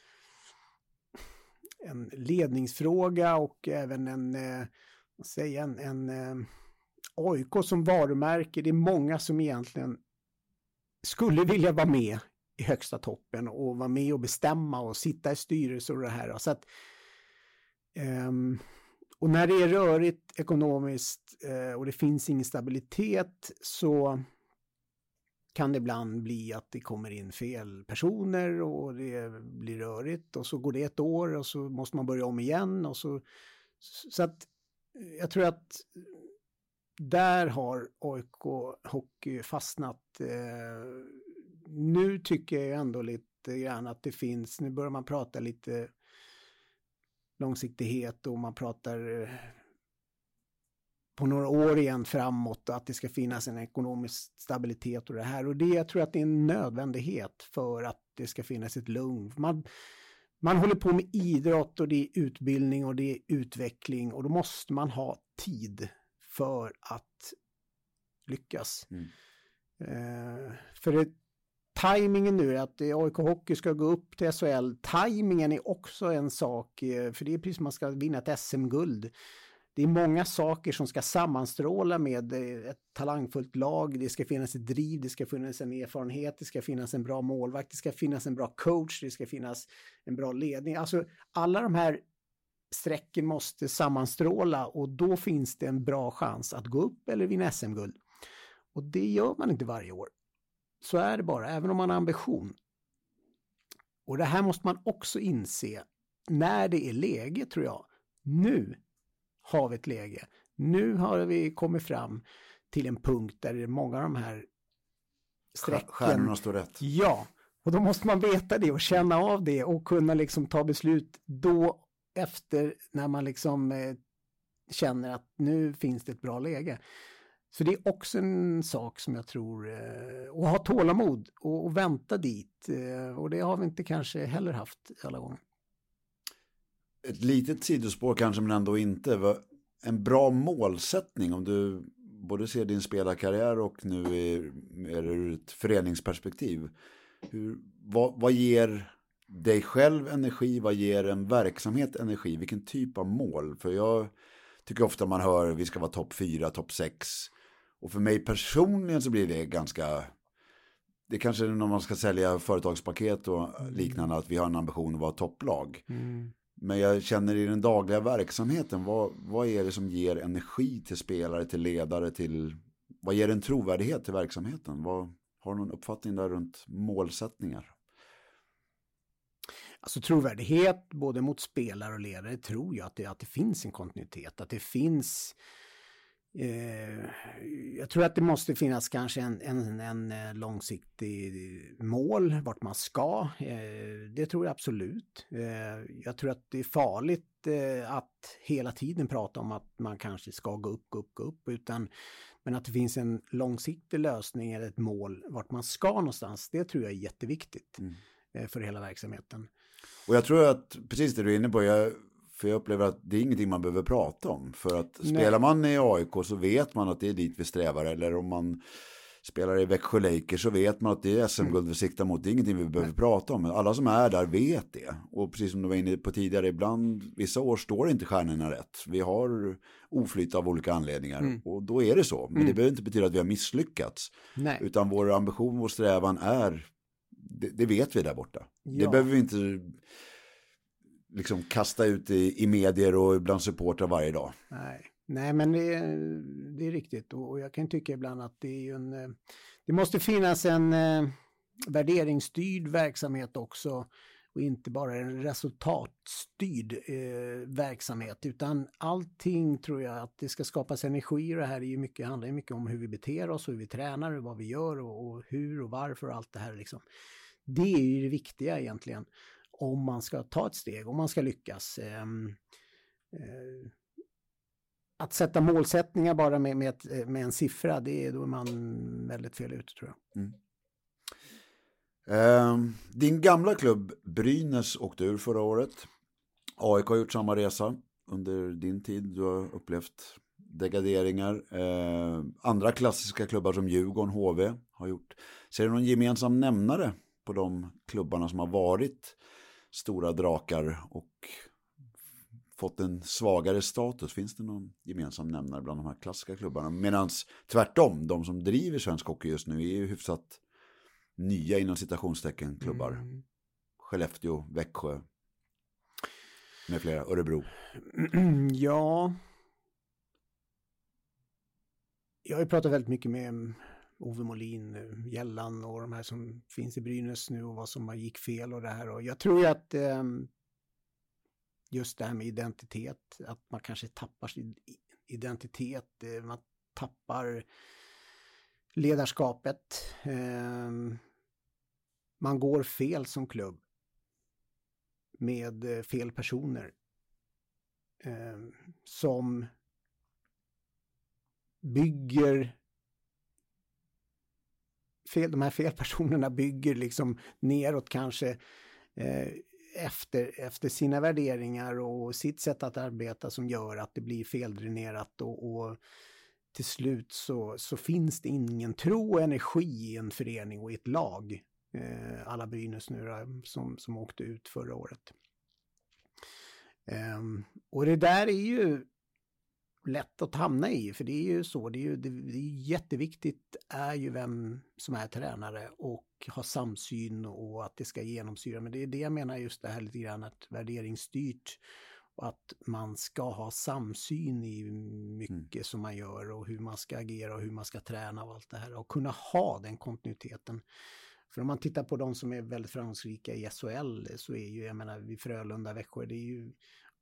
en ledningsfråga och även en eh, säga en, en eh, A I K som varumärke. Det är många som egentligen skulle vilja vara med i högsta toppen och vara med och bestämma och sitta i styrelser och det här. Så att, um, och när det är rörigt ekonomiskt uh, och det finns ingen stabilitet, så kan det ibland bli att det kommer in fel personer och det blir rörigt, och så går det ett år och så måste man börja om igen. Och så, så att jag tror att där har A I K hockey fastnat. Eh, nu tycker jag ändå lite grann att det finns, nu börjar man prata lite långsiktighet och man pratar eh, på några år igen framåt, att det ska finnas en ekonomisk stabilitet och det här. Och det, jag tror att det är en nödvändighet för att det ska finnas ett lugn. Man, man håller på med idrott och det är utbildning och det är utveckling, och då måste man ha tid för att lyckas. Mm. Eh, för det, tajmingen nu är att A I K Hockey ska gå upp till S H L. Tajmingen är också en sak, eh, för det är precis som man ska vinna ett S M-guld. Det är många saker som ska sammanstråla med ett talangfullt lag. Det ska finnas ett driv, det ska finnas en erfarenhet, det ska finnas en bra målvakt, det ska finnas en bra coach, det ska finnas en bra ledning. Alltså alla de här strecken måste sammanstråla, och då finns det en bra chans att gå upp eller vinna S M-guld. Och det gör man inte varje år. Så är det bara, även om man har ambition. Och det här måste man också inse när det är läge, tror jag. Nu har vi ett läge. Nu har vi kommit fram till en punkt där det är många av de här strecken. Stjärnorna står rätt. Ja, och då måste man veta det och känna av det och kunna liksom ta beslut då efter när man liksom eh, känner att nu finns det ett bra läge. Så det är också en sak som jag tror, eh, och ha tålamod och, och vänta dit. Eh, och det har vi inte kanske heller haft alla gånger. Ett litet sidospår kanske, men ändå inte. En bra målsättning om du både ser din spelarkarriär och nu är, är det ur ett föreningsperspektiv. Hur, vad, vad ger dig själv energi? Vad ger en verksamhet energi? Vilken typ av mål? För jag tycker ofta man hör vi ska vara topp fyra, topp sex. Och för mig personligen så blir det ganska... Det kanske är när man ska sälja företagspaket och liknande att vi har en ambition att vara topplag. Mm. Men jag känner i den dagliga verksamheten, vad, vad är det som ger energi till spelare, till ledare, till... Vad ger en trovärdighet till verksamheten? Vad, har du någon uppfattning där runt målsättningar? Alltså trovärdighet både mot spelare och ledare tror jag att det, att det finns en kontinuitet. Att det finns... Eh, jag tror att det måste finnas kanske en, en, en långsiktig mål vart man ska. Eh, det tror jag absolut. Eh, jag tror att det är farligt eh, att hela tiden prata om att man kanske ska gå upp, gå upp, gå upp. Utan, men att det finns en långsiktig lösning eller ett mål vart man ska någonstans. Det tror jag är jätteviktigt mm. eh, för hela verksamheten. Och jag tror att, precis det du är inne på, jag För jag upplever att det är ingenting man behöver prata om. För att Nej. spelar man i A I K så vet man att det är dit vi strävar. Eller om man spelar i Växjö Lakers så vet man att det är S M-guld vi siktar mot. Det är ingenting vi behöver Nej. prata om. Men alla som är där vet det. Och precis som du var inne på tidigare, ibland, vissa år står inte stjärnorna rätt. Vi har oflyt av olika anledningar. Mm. Och då är det så. Men mm. det behöver inte betyda att vi har misslyckats. Nej. Utan vår ambition, vår strävan är, det, det vet vi där borta. Ja. Det behöver vi inte... liksom kasta ut i, i medier och bland supportrar varje dag. Nej, Nej men det är, det är riktigt. Och, och jag kan tycka ibland att det är ju en... Det måste finnas en eh, värderingsstyrd verksamhet också. Och inte bara en resultatstyrd eh, verksamhet. Utan allting tror jag att det ska skapas energi. Och det här är ju mycket, handlar ju mycket om hur vi beter oss, hur vi tränar, vad vi gör och, och hur och varför och allt det här liksom. Det är ju det viktiga egentligen. Om man ska ta ett steg, om man ska lyckas. Eh, eh, att sätta målsättningar bara med, med, ett, med en siffra, det är då är man väldigt fel ute tror jag. Mm. Eh, din gamla klubb Brynäs åkte ur förra året. A I K har gjort samma resa under din tid. Du har upplevt degraderingar. Eh, andra klassiska klubbar som Djurgården, H V har gjort. Ser du någon gemensam nämnare på de klubbarna som har varit stora drakar och fått en svagare status? Finns det någon gemensam nämnare bland de här klassiska klubbarna? Medan tvärtom, de som driver svensk hockey just nu är ju hyfsat nya inom citationstecken klubbar. Mm. Skellefteå, Växjö med flera, Örebro. Ja. Jag har ju pratat väldigt mycket med Ove Molin, Gällan och de här som finns i Brynäs nu och vad som gick fel och det här. Och jag tror ju att eh, just det här med identitet, att man kanske tappar sin identitet, eh, man tappar ledarskapet, eh, man går fel som klubb med eh, fel personer eh, som bygger fel, de här fel personerna bygger liksom neråt kanske eh, efter, efter sina värderingar och sitt sätt att arbeta som gör att det blir feldränerat och, och till slut så, så finns det ingen tro och energi i en förening och i ett lag. Eh, alla Brynäs nu då, som, som åkte ut förra året. Eh, och det där är ju lätt att hamna i, för det är ju så, det är ju det, det är jätteviktigt är ju vem som är tränare och ha samsyn och att det ska genomsyra, men det är det jag menar just det här lite grann att värderingsstyrt och att man ska ha samsyn i mycket mm. som man gör och hur man ska agera och hur man ska träna och allt det här och kunna ha den kontinuiteten. För om man tittar på de som är väldigt framgångsrika i S H L så är ju, jag menar, vid Frölunda, Växjö, det är ju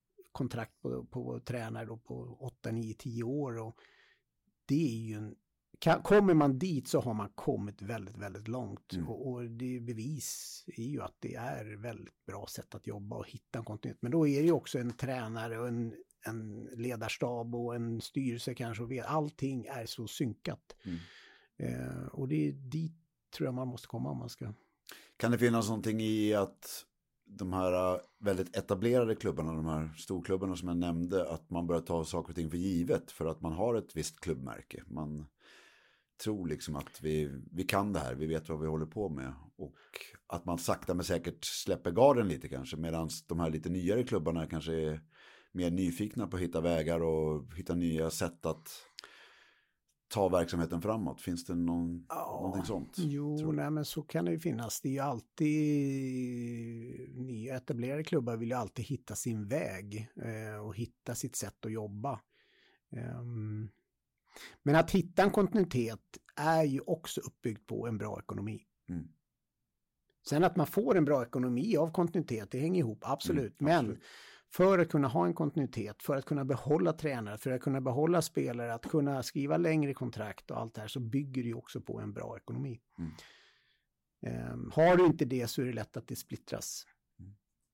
kontrakt på, på tränare då på åtta, nio, tio år och det är ju en kan, kommer man dit så har man kommit väldigt, väldigt långt. Mm. Och, och det bevis är ju att det är väldigt bra sätt att jobba och hitta en kontinuitet. Men då är det ju också en tränare och en, en ledarstab och en styrelse kanske. Och vet, allting är så synkat. Mm. Eh, och det är dit tror jag man måste komma om man ska. Kan det finnas någonting i att de här väldigt etablerade klubbarna, de här storklubbarna som jag nämnde, att man börjar ta saker och ting för givet för att man har ett visst klubbmärke. Man tror liksom att vi, vi kan det här, vi vet vad vi håller på med. Och att man sakta men säkert släpper garden lite kanske, medan de här lite nyare klubbarna kanske är mer nyfikna på att hitta vägar och hitta nya sätt att ta verksamheten framåt. Finns det någon, ja, någonting sånt? Jo, nej, men så kan det ju finnas. Det är ju alltid nya etablerade klubbar vill ju alltid hitta sin väg eh, och hitta sitt sätt att jobba. Um, men att hitta en kontinuitet är ju också uppbyggt på en bra ekonomi. Mm. Sen att man får en bra ekonomi av kontinuitet, det hänger ihop, absolut. Mm, absolut. Men för att kunna ha en kontinuitet, för att kunna behålla tränare, för att kunna behålla spelare, att kunna skriva längre kontrakt och allt det här, så bygger det ju också på en bra ekonomi. Mm. Um, har du inte det så är det lätt att det splittras. Mm.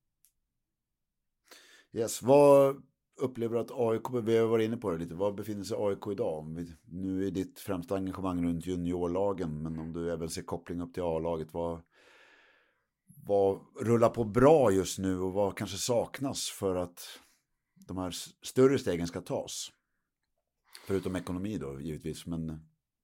Yes, vad upplever att A I K, vi har varit inne på det lite, vad befinner sig A I K idag? Om vi, nu är ditt främsta engagemang runt juniorlagen, men om du även ser koppling upp till A-laget, vad vad rullar på bra just nu och vad kanske saknas för att de här större stegen ska tas? Förutom ekonomi då, givetvis, men...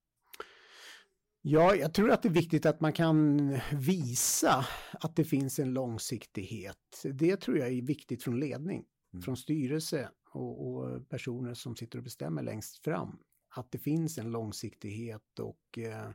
Ja, jag tror att det är viktigt att man kan visa att det finns en långsiktighet. Det tror jag är viktigt från ledning, mm. från styrelse och, och personer som sitter och bestämmer längst fram. Att det finns en långsiktighet och... Eh,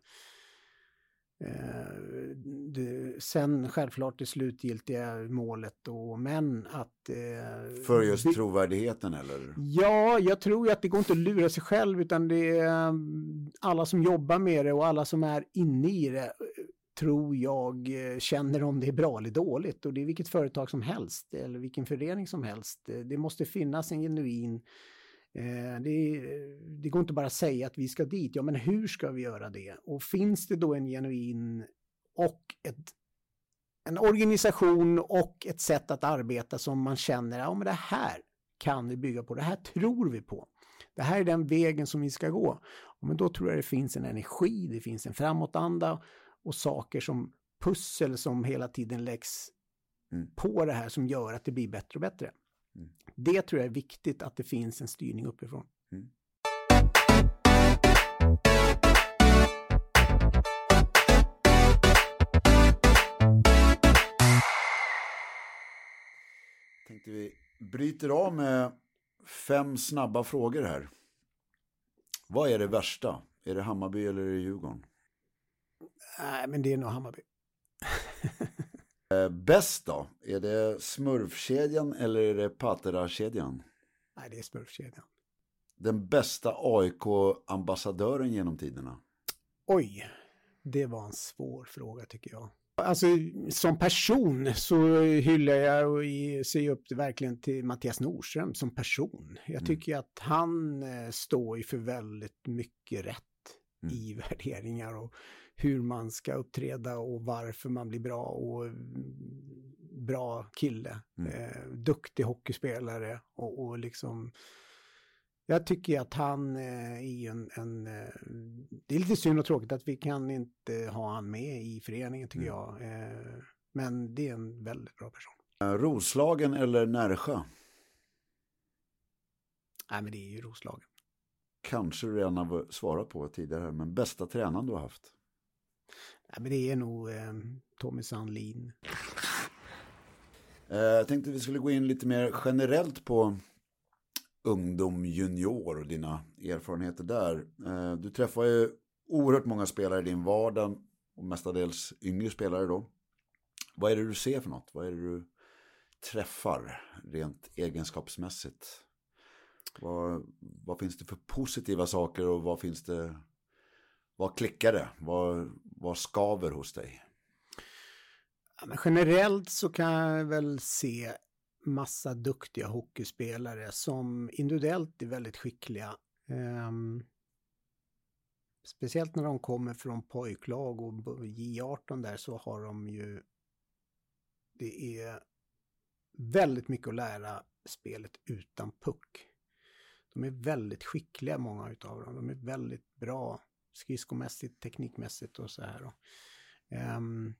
Det, sen självklart det slutgiltiga målet då, men att... Eh, för just by- trovärdigheten eller? Ja, jag tror ju att det går inte att lura sig själv, utan det är alla som jobbar med det och alla som är inne i det tror jag känner om det är bra eller dåligt. Och det är vilket företag som helst eller vilken förening som helst. Det måste finnas en genuin... Eh, det, det går inte bara att säga att vi ska dit. Ja, men hur ska vi göra det? Och finns det då en genuin och ett, en organisation och ett sätt att arbeta som man känner, ja men det här kan vi bygga på, det här tror vi på. Det här är den vägen som vi ska gå. Ja, men då tror jag det finns en energi, det finns en framåtanda och saker som pussel som hela tiden läggs mm. på det här som gör att det blir bättre och bättre. Mm. Det tror jag är viktigt, att det finns en styrning uppifrån. Mm. Tänkte vi bryter av med fem snabba frågor här. Vad är det värsta? Är det Hammarby eller är det Djurgården? Nej, men det är nog Hammarby. Bäst då? Är det Smurfkedjan eller är det Patera-kedjan? Nej, det är Smurfkedjan. Den bästa A I K-ambassadören genom tiderna? Oj, det var en svår fråga tycker jag. Alltså som person så hyllar jag och ser upp verkligen till Mattias Nordström som person. Jag mm. tycker att han står för väldigt mycket rätt mm. i värderingar och hur man ska uppträda och varför man blir bra och bra kille. Mm. Eh, duktig hockeyspelare och, och liksom jag tycker att han eh, är en, en eh, det är lite synd och tråkigt att vi kan inte ha han med i föreningen tycker mm. jag. Eh, men det är en väldigt bra person. Roslagen eller Närsjö? Nej, men det är ju Roslagen. Kanske du redan har svarat på tidigare, men bästa tränaren du har haft? Ja, men det är nog eh, Tommy Sandlin. Eh, jag tänkte att vi skulle gå in lite mer generellt på ungdom, junior och dina erfarenheter där. Eh, du träffar ju oerhört många spelare i din vardag och mestadels yngre spelare då. Vad är det du ser för något? Vad är det du träffar rent egenskapsmässigt? Vad, vad finns det för positiva saker och vad finns det, vad klickar det? Vad, vad skaver hos dig? Ja, men generellt så kan jag väl se massa duktiga hockeyspelare som individuellt är väldigt skickliga. Um, speciellt när de kommer från pojklag och J arton där, så har de ju, det är väldigt mycket att lära spelet utan puck. De är väldigt skickliga, många utav dem. De är väldigt bra skridskomässigt, teknikmässigt och så här. Um,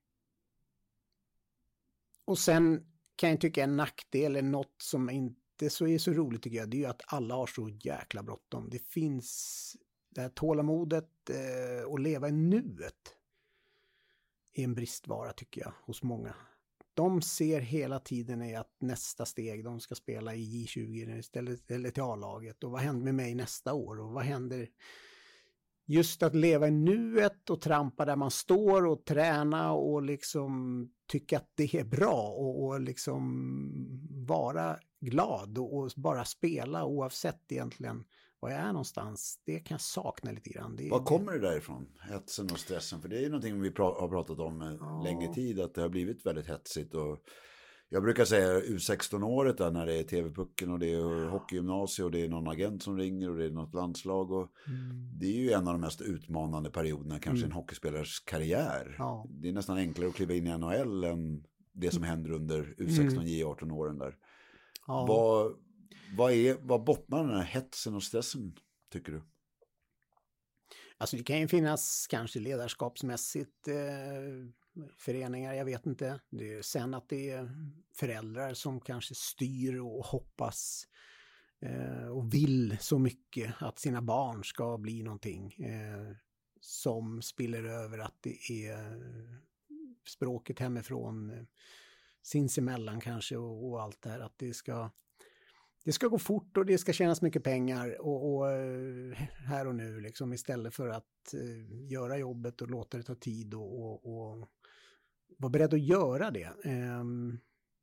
och sen kan jag tycka en nackdel är något som inte så är så roligt tycker jag. Det är ju att alla har så jäkla bråttom. Det finns det här tålamodet eh, och leva i nuet är en bristvara tycker jag hos många. De ser hela tiden i att nästa steg, de ska spela i J tjugo istället, eller till A-laget. Och vad händer med mig nästa år? Och vad händer? Just att leva i nuet och trampa där man står och träna och liksom tycka att det är bra och, och liksom vara glad och, och bara spela oavsett egentligen var jag är någonstans. Det kan jag sakna lite grann. Det, Vad kommer det därifrån? Hetsen och stressen? För det är ju någonting vi pra- har pratat om ja. länge tid, att det har blivit väldigt hetsigt. Och jag brukar säga U sexton-året där, när det är T V-pucken och det är ja. hockeygymnasiet och det är någon agent som ringer och det är något landslag. Och mm. det är ju en av de mest utmanande perioderna kanske mm. en hockeyspelars karriär. Ja. Det är nästan enklare att kliva in i N H L än det som händer under U sexton J arton-åren där. Ja. Vad, vad, är, vad bottnar den här hetsen och stressen, tycker du? Alltså det kan ju finnas kanske ledarskapsmässigt eh, föreningar, jag vet inte. Det är sen att det är föräldrar som kanske styr och hoppas eh, och vill så mycket att sina barn ska bli någonting eh, som spiller över att det är språket hemifrån eh, sinsemellan kanske och, och allt det här, att det ska det ska gå fort och det ska tjänas mycket pengar och, och här och nu liksom, istället för att uh, göra jobbet och låta det ta tid och, och, och vara beredd att göra det. Um,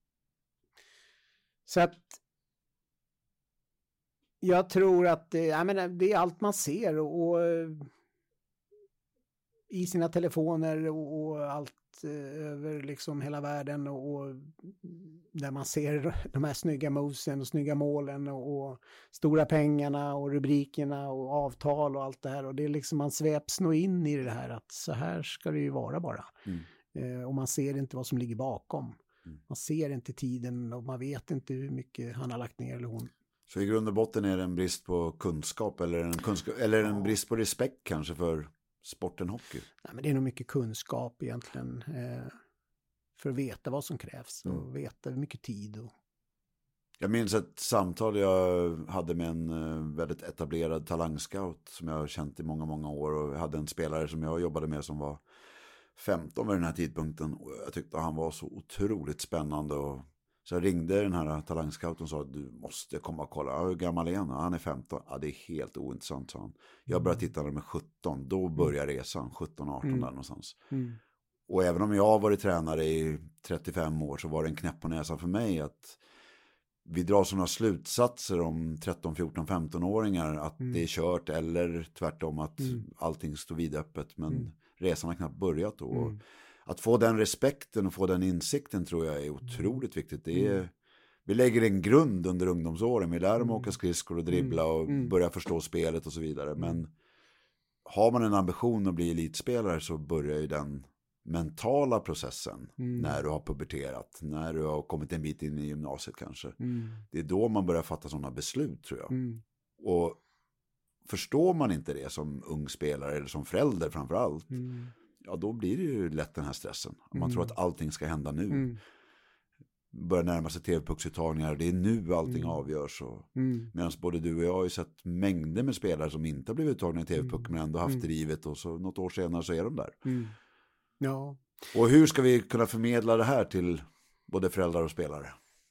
så att jag tror att det, jag menar, det är allt man ser och, och i sina telefoner och, och allt över liksom hela världen och, och där man ser de här snygga movesen och snygga målen och, och stora pengarna och rubrikerna och avtal och allt det här, och det är liksom man sveps nog in i det här att så här ska det ju vara bara. Mm. Eh, och man ser inte vad som ligger bakom. Mm. Man ser inte tiden och man vet inte hur mycket han har lagt ner eller hon. Så i grund och botten är det en brist på kunskap eller en, kunskap, eller en ja. brist på respekt kanske för sporten hockey? Nej, men det är nog mycket kunskap egentligen eh, för att veta vad som krävs och mm. veta hur mycket tid. Och... Jag minns ett samtal jag hade med en eh, väldigt etablerad talangscout som jag har känt i många, många år, och jag hade en spelare som jag jobbade med som var femton vid den här tidpunkten, och jag tyckte han var så otroligt spännande, och så jag ringde den här talangscouten och sa att du måste komma och kolla. Hur gammal är han? Han är femton. Ja, det är helt ointressant, sa han. Jag började titta när de är sjutton. Då börjar resan. sjutton arton mm. där någonstans. Mm. Och även om jag har varit tränare i trettiofem år så var det en knäpp på näsan för mig att vi drar sådana slutsatser om tretton, fjorton, femton-åringar att mm. det är kört, eller tvärtom att mm. allting står vidöppet. Men mm. resan har knappt börjat då. Mm. Att få den respekten och få den insikten tror jag är otroligt viktigt. Det är, mm. vi lägger en grund under ungdomsåren. Vi lär dem mm. åka skridskor och dribbla och mm. börja förstå spelet och så vidare. Men har man en ambition att bli elitspelare så börjar ju den mentala processen mm. när du har puberterat. När du har kommit en bit in i gymnasiet kanske. Mm. Det är då man börjar fatta sådana beslut, tror jag. Mm. Och förstår man inte det som ung spelare eller som förälder framförallt, mm. ja, då blir det ju lätt den här stressen. Man mm. tror att allting ska hända nu. Mm. Börjar närma sig T V-pucksuttagningar. Det är nu allting mm. avgörs. Och... Mm. Medan både du och jag har ju sett mängder med spelare som inte har blivit uttagna i T V-puck mm. men ändå haft mm. drivet. Och så något år senare så är de där. Mm. Ja. Och hur ska vi kunna förmedla det här till både föräldrar och spelare?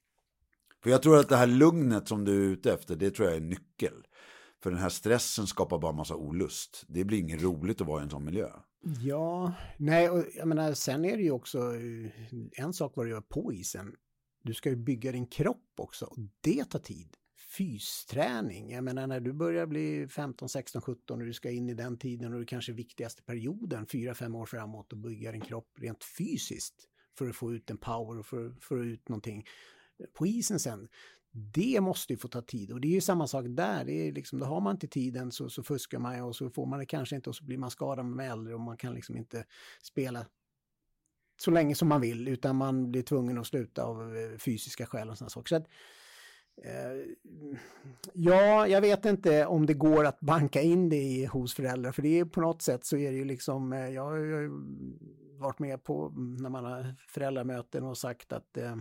För jag tror att det här lugnet som du är ute efter, det tror jag är en nyckel. För den här stressen skapar bara massa olust. Det blir inget roligt att vara i en sån miljö. Ja, nej, och jag menar, sen är det ju också en sak vad du gör på isen. Du ska ju bygga din kropp också, och det tar tid. Fysträning, jag menar när du börjar bli femton, sexton, sjutton och du ska in i den tiden och det kanske viktigaste perioden, fyra, fem år framåt, och bygga din kropp rent fysiskt för att få ut en power och för, för att få ut någonting. På isen sen, Det måste ju få ta tid, och det är ju samma sak där. Det är liksom, då har man inte tiden så, så fuskar man, och så får man det kanske inte, och så blir man skadad med äldre, och man kan liksom inte spela så länge som man vill, utan man blir tvungen att sluta av fysiska skäl och sådana saker. Så att, eh, ja, jag vet inte om det går att banka in det i, hos föräldrar, för det är på något sätt så är det ju liksom, jag, jag har varit med på när man har föräldramöten och sagt att eh,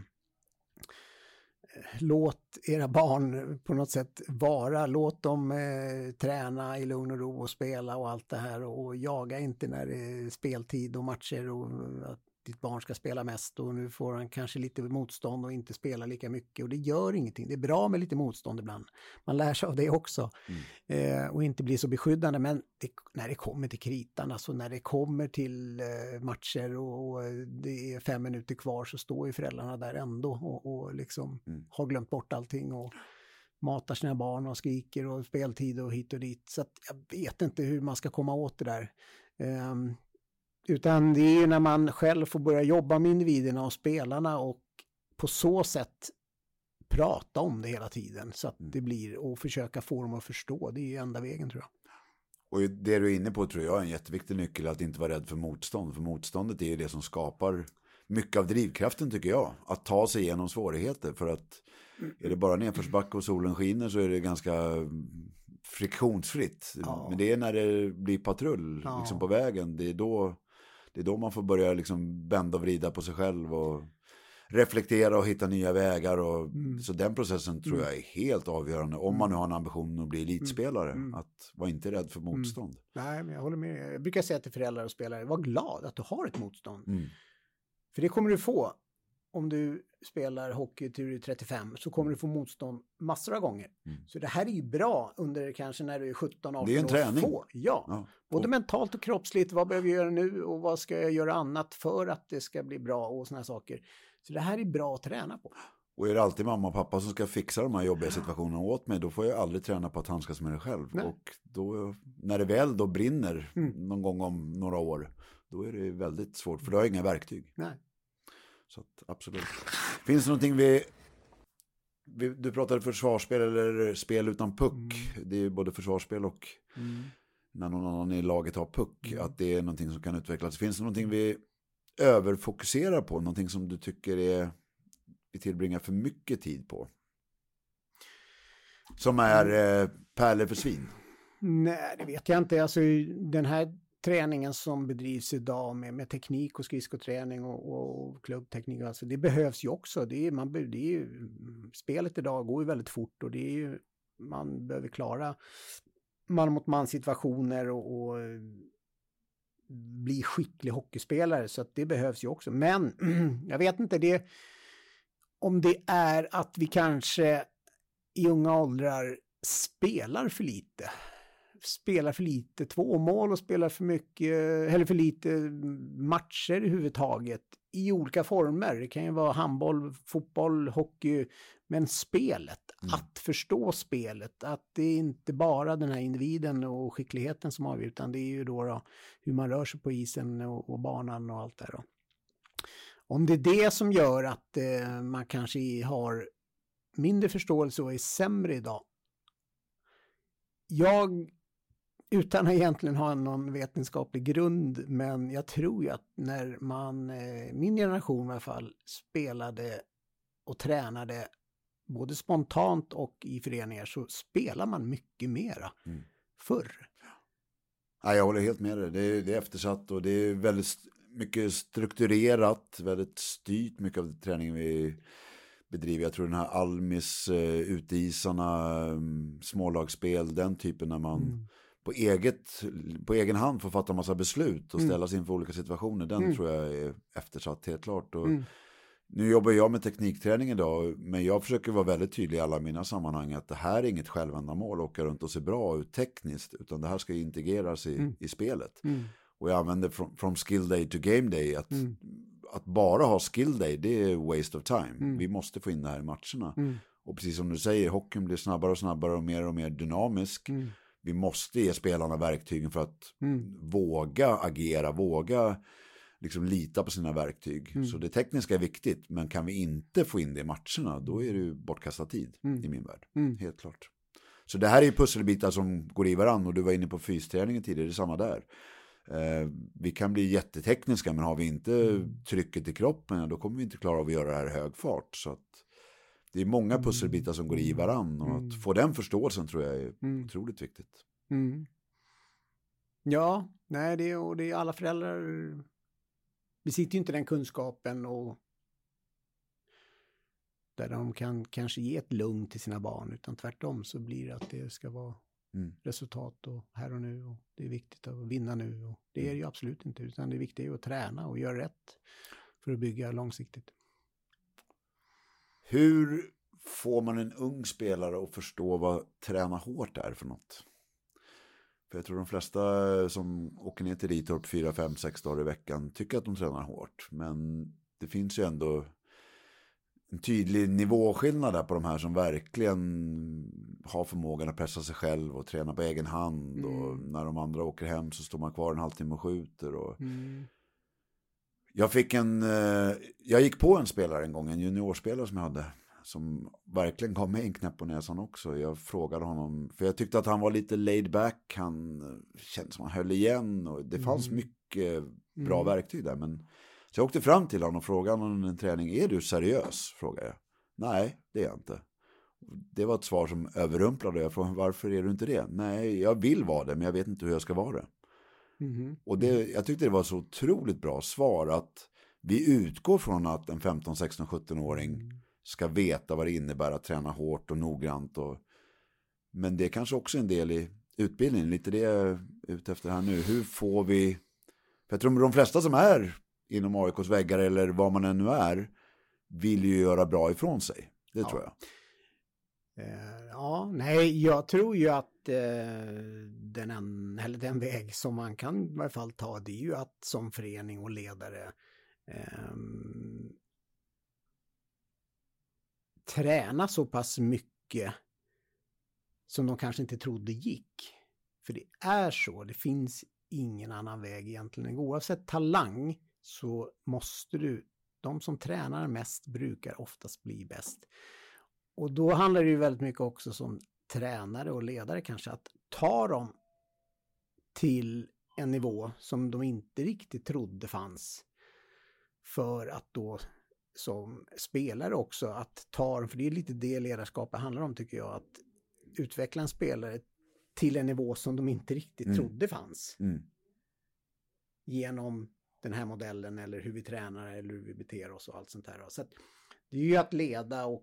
låt era barn på något sätt vara, låt dem eh, träna i lugn och ro och spela och allt det här, och, och jaga inte när det är speltid och matcher och att ditt barn ska spela mest, och nu får han kanske lite motstånd och inte spela lika mycket, och det gör ingenting. Det är bra med lite motstånd ibland. Man lär sig av det också. Mm. Eh, och inte bli så beskyddande, men det, när det kommer till kritan, alltså när det kommer till eh, matcher och, och det är fem minuter kvar, så står ju föräldrarna där ändå och, och liksom mm. har glömt bort allting och matar sina barn och skriker och speltid och hit och dit. Så att jag vet inte hur man ska komma åt det där. Eh, Utan det är ju när man själv får börja jobba med individerna och spelarna, och på så sätt prata om det hela tiden så att det blir, och försöka få dem att förstå. Det är ju enda vägen, tror jag. Och det du är inne på tror jag är en jätteviktig nyckel, att inte vara rädd för motstånd. För motståndet är ju det som skapar mycket av drivkraften, tycker jag. Att ta sig igenom svårigheter. För att är det bara nedförsbacke och solen skiner så är det ganska friktionsfritt. Ja. Men det är när det blir patrull ja. liksom på vägen. Det är då... Det är då man får börja liksom bända och vrida på sig själv och reflektera och hitta nya vägar. Och, mm. Så den processen tror jag är helt avgörande om man nu har en ambition att bli elitspelare. Mm. Att vara inte rädd för motstånd. Mm. Nej, men jag håller med. Jag brukar säga till föräldrar och spelare, var glad att du har ett motstånd. Mm. För det kommer du få. Om du spelar hockey till du är trettiofem, så kommer du få motstånd massor av gånger. Mm. Så det här är ju bra under kanske när du är sjutton arton år. Det är en träning. Få. Ja, ja. Både och. mentalt och kroppsligt. Vad behöver jag göra nu och vad ska jag göra annat för att det ska bli bra och såna här saker. Så det här är bra att träna på. Och är det alltid mamma och pappa som ska fixa de här jobbiga situationerna åt mig, då får jag aldrig träna på att handskas med det själv. Nej. Och då, när det väl då brinner mm. någon gång om några år, då är det väldigt svårt, för då har jag inga verktyg. Nej. Så att, absolut. Finns det någonting vi, vi... Du pratade försvarsspel eller spel utan puck. Mm. Det är både försvarsspel och mm. när någon annan i laget har puck. Mm. Att det är någonting som kan utvecklas. Finns det någonting vi överfokuserar på? Någonting som du tycker är vi tillbringar för mycket tid på? Som är eh, pärlor för svin? Nej, det vet jag inte. Alltså den här träningen som bedrivs idag med, med teknik och skridskoträning och, och klubbteknik, alltså det behövs ju också. Det är, man, det är ju, spelet idag går ju väldigt fort, och det är ju, man behöver klara man mot man situationer och, och bli skicklig hockeyspelare, så att det behövs ju också. Men jag vet inte det, om det är att vi kanske i unga åldrar spelar för lite. Spelar för lite två mål och spelar för mycket, eller för lite matcher överhuvudtaget i olika former. Det kan ju vara handboll, fotboll, hockey, men spelet, mm. att förstå spelet, att det är inte bara den här individen och skickligheten som avgör, utan det är ju då, då hur man rör sig på isen och, och banan och allt det då. Om det är det som gör att eh, man kanske har mindre förståelse och är sämre idag. Jag utan att egentligen ha någon vetenskaplig grund, men jag tror ju att när man, min generation i alla fall, spelade och tränade både spontant och i föreningar, så spelar man mycket mera mm. förr. Ja, jag håller helt med dig. Det är, det är eftersatt och det är väldigt mycket strukturerat, väldigt styrt mycket av träningen vi bedriver. Jag tror den här Almis, uh, uteisarna, um, smålagsspel, den typen när man mm. på, eget, på egen hand får fatta massa beslut och ställa sig mm. inför olika situationer. Den mm. tror jag är eftersatt helt klart. Och mm. nu jobbar jag med teknikträning idag, men jag försöker vara väldigt tydlig i alla mina sammanhang att det här är inget självändamål att åka runt och se bra ut tekniskt, utan det här ska integreras i, mm. i spelet. Mm. Och jag använder from, from skill day to game day att, mm. att bara ha skill day, det är waste of time. Mm. Vi måste få in det här i matcherna. Mm. Och precis som du säger, hockeyn blir snabbare och snabbare och mer och mer dynamisk. Mm. Vi måste ge spelarna verktygen för att mm. våga agera, våga liksom lita på sina verktyg. Mm. Så det tekniska är viktigt, men kan vi inte få in det i matcherna, då är det ju bortkastad tid mm. i min värld. Mm. Helt klart. Så det här är ju pusselbitar som går i varann, och du var inne på fysträningen tidigare, det är samma där. Eh, vi kan bli jättetekniska, men har vi inte trycket i kroppen, då kommer vi inte klara av att göra det här i hög fart. Så att det är många pusselbitar som går i varann, och att få den förståelsen tror jag är mm. otroligt viktigt. Mm. Ja, nej, det är, och det är alla föräldrar besitter ju inte den kunskapen, och där de kan kanske ge ett lugn till sina barn, utan tvärtom så blir det att det ska vara mm. resultat och här och nu, och det är viktigt att vinna nu, och det är det ju absolut inte, utan det viktiga är att träna och göra rätt för att bygga långsiktigt. Hur får man en ung spelare att förstå vad träna hårt är för något? För jag tror de flesta som åker ner till Ritorp fyra, fem, sex dagar i veckan tycker att de tränar hårt. Men det finns ju ändå en tydlig nivåskillnad där på de här som verkligen har förmågan att pressa sig själv och träna på egen hand. Mm. Och när de andra åker hem så står man kvar en halvtimme och skjuter. Och mm. Jag fick en, jag gick på en spelare en gång, en juniorspelare som jag hade, som verkligen gav mig en knäpp på näsan också. Jag frågade honom, för jag tyckte att han var lite laid back, han kände som han höll igen, och det fanns mm. mycket bra mm. verktyg där. Men så jag åkte fram till honom och frågade honom en träning, är du seriös? Frågade jag. Nej, det är jag inte. Det var ett svar som överrumplade. Jag frågade, varför är du inte det? Nej, jag vill vara det, men jag vet inte hur jag ska vara det. Mm. Och det, jag tyckte det var så otroligt bra svar, att vi utgår från att en femton, sexton, sjutton-åring mm. ska veta vad det innebär att träna hårt och noggrant. Och, men det är kanske också en del i utbildningen. Lite det jag är ute efter här nu. Hur får vi... För jag tror de flesta som är inom A I K:s väggar, eller vad man än nu är, vill ju göra bra ifrån sig. Det ja. tror jag. Uh, ja, nej, jag tror ju att uh, den, en, eller den väg som man kan i alla fall ta, det är ju att som förening och ledare um, träna så pass mycket som de kanske inte trodde gick. För det är så, det finns ingen annan väg egentligen. Oavsett talang så måste du, de som tränar mest brukar oftast bli bäst. Och då handlar det ju väldigt mycket också som tränare och ledare kanske, att ta dem till en nivå som de inte riktigt trodde fanns. För att då som spelare också att ta dem, för det är lite det ledarskapet handlar om tycker jag, att utveckla en spelare till en nivå som de inte riktigt mm. trodde fanns. Mm. Genom den här modellen, eller hur vi tränar eller hur vi beter oss och allt sånt här. Så att det är ju att leda och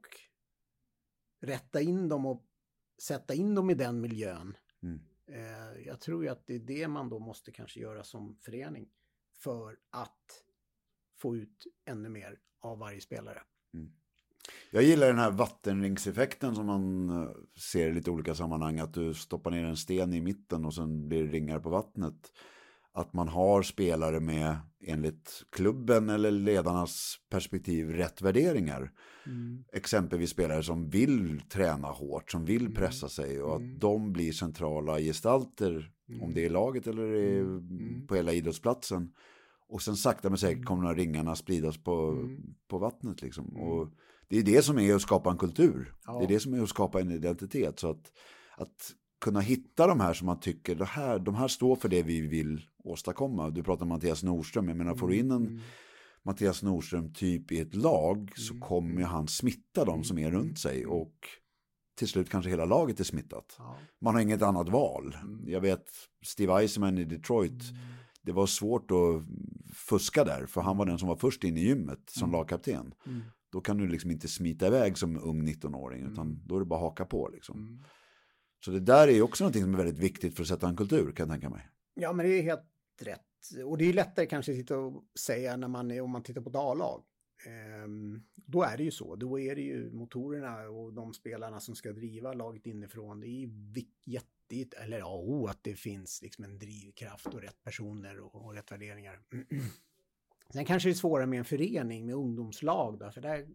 rätta in dem och sätta in dem i den miljön. Mm. Eh, jag tror ju att det är det man då måste kanske göra som förening för att få ut ännu mer av varje spelare. Mm. Jag gillar den här vattenringseffekten som man ser i lite olika sammanhang, att du stoppar ner en sten i mitten och sen blir det ringar på vattnet. Att man har spelare med, enligt klubben eller ledarnas perspektiv, rätt värderingar. Mm. Exempelvis spelare som vill träna hårt, som vill pressa sig, och att de blir centrala gestalter, mm. om det är laget eller är mm. på hela idrottsplatsen. Och sen sakta men säkert kommer de här ringarna spridas på, mm. på vattnet liksom. Mm. Och det är det som är att skapa en kultur. Ja. Det är det som är att skapa en identitet. Så att, att kunna hitta de här som man tycker, det här, de här står för det vi vill åstadkomma. Du pratar om Mattias Nordström. Jag menar, får du in en mm. Mattias Nordström typ i ett lag, mm. så kommer han smitta de som är runt sig. Och till slut kanske hela laget är smittat. Ja. Man har inget annat val. Mm. Jag vet Steve Eisenman i Detroit. Mm. Det var svårt att fuska där, för han var den som var först in i gymmet som mm. lagkapten. Mm. Då kan du liksom inte smita iväg som ung nitton-åring, utan mm. då är det bara haka på liksom. Mm. Så det där är också någonting som är väldigt viktigt för att sätta en kultur, kan jag tänka mig. Ja, men det är helt rätt. Och det är ju lättare kanske att sitta och säga när man är, om man tittar på ett A-lag. Ehm, då är det ju så. Då är det ju motorerna och de spelarna som ska driva laget inifrån. Det är ju jättigt, eller ja, oh, att det finns liksom en drivkraft och rätt personer och, och rätt värderingar. Sen kanske det är svårare med en förening med ungdomslag då, för där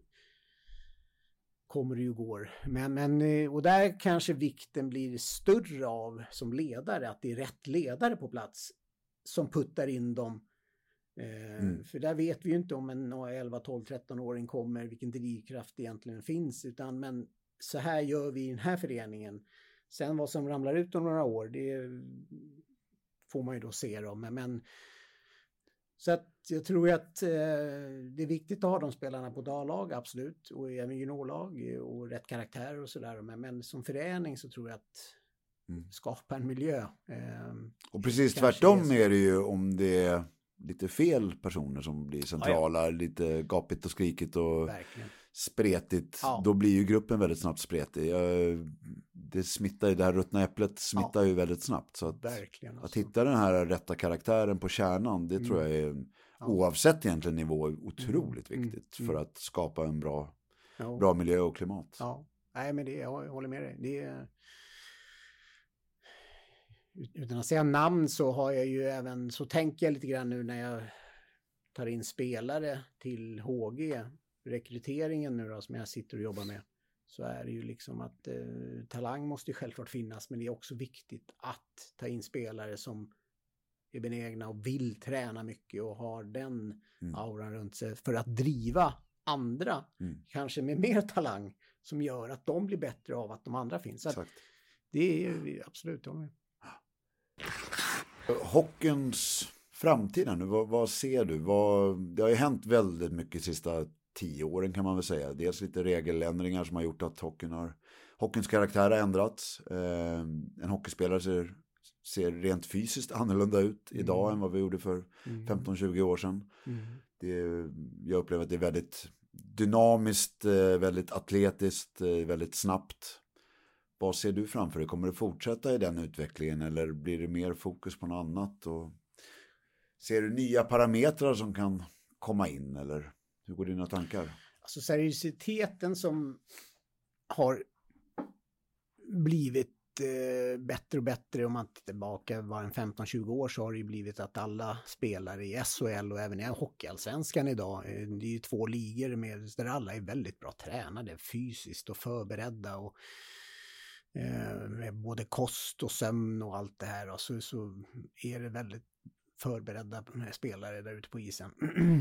kommer det ju går. Men, men, och där kanske vikten blir större av som ledare, att det är rätt ledare på plats som puttar in dem Mm. För där vet vi ju inte om en elva, tolv, tretton-åring kommer, vilken drivkraft egentligen finns, utan men så här gör vi i den här föreningen. Sen vad som ramlar ut om några år, det får man ju då se då. Men, men så att jag tror att eh, det är viktigt att ha de spelarna på daglag, absolut. Och även juniorlag och rätt karaktär och sådär. Men, men som förening så tror jag att mm. skapa en miljö. Eh, och precis tvärtom är det ju om det är lite fel personer som blir centrala, ja, ja. lite gapigt och skrikigt och verkligen. Spretigt, ja. Då blir ju gruppen väldigt snabbt spretig. Jag, det smittar ju, det här ruttna äpplet smittar ja. ju väldigt snabbt. Så att, verkligen, alltså. Att hitta den här rätta karaktären på kärnan, det mm. tror jag är, ja. oavsett egentligen nivå, otroligt mm. viktigt mm. för att skapa en bra, ja. bra miljö och klimat. Ja, nej men det, jag håller med dig. Det är... Utan att säga namn så har jag ju även, så tänker jag lite grann nu när jag tar in spelare till H G, rekryteringen nu då som jag sitter och jobbar med, så är det ju liksom att eh, talang måste ju självklart finnas, men det är också viktigt att ta in spelare som är benägna och vill träna mycket och har den mm. auran runt sig för att driva andra, mm. kanske med mer talang, som gör att de blir bättre av att de andra finns. Så att det är ju absolut de. Hockeyns framtid nu, vad, vad ser du? Vad, det har ju hänt väldigt mycket de sista tio åren kan man väl säga. Dels lite regeländringar som har gjort att hockeyn har, hockeyns karaktär har ändrats. Eh, en hockeyspelare ser, ser rent fysiskt annorlunda ut idag mm. än vad vi gjorde för mm. femton tjugo år sedan. Mm. Det, jag upplever att det är väldigt dynamiskt, väldigt atletiskt, väldigt snabbt. Vad ser du framför dig? Kommer det fortsätta i den utvecklingen eller blir det mer fokus på något annat? Och ser du nya parametrar som kan komma in eller hur går dina tankar? Alltså seriositeten som har blivit eh, bättre och bättre om man tittar tillbaka var en femton tjugo år, så har det ju blivit att alla spelare i S H L och även i Hockeyallsvenskan idag, det är ju två ligor med, där alla är väldigt bra tränade fysiskt och förberedda och med både kost och sömn och allt det här, och så, så är det väldigt förberedda spelare där ute på isen.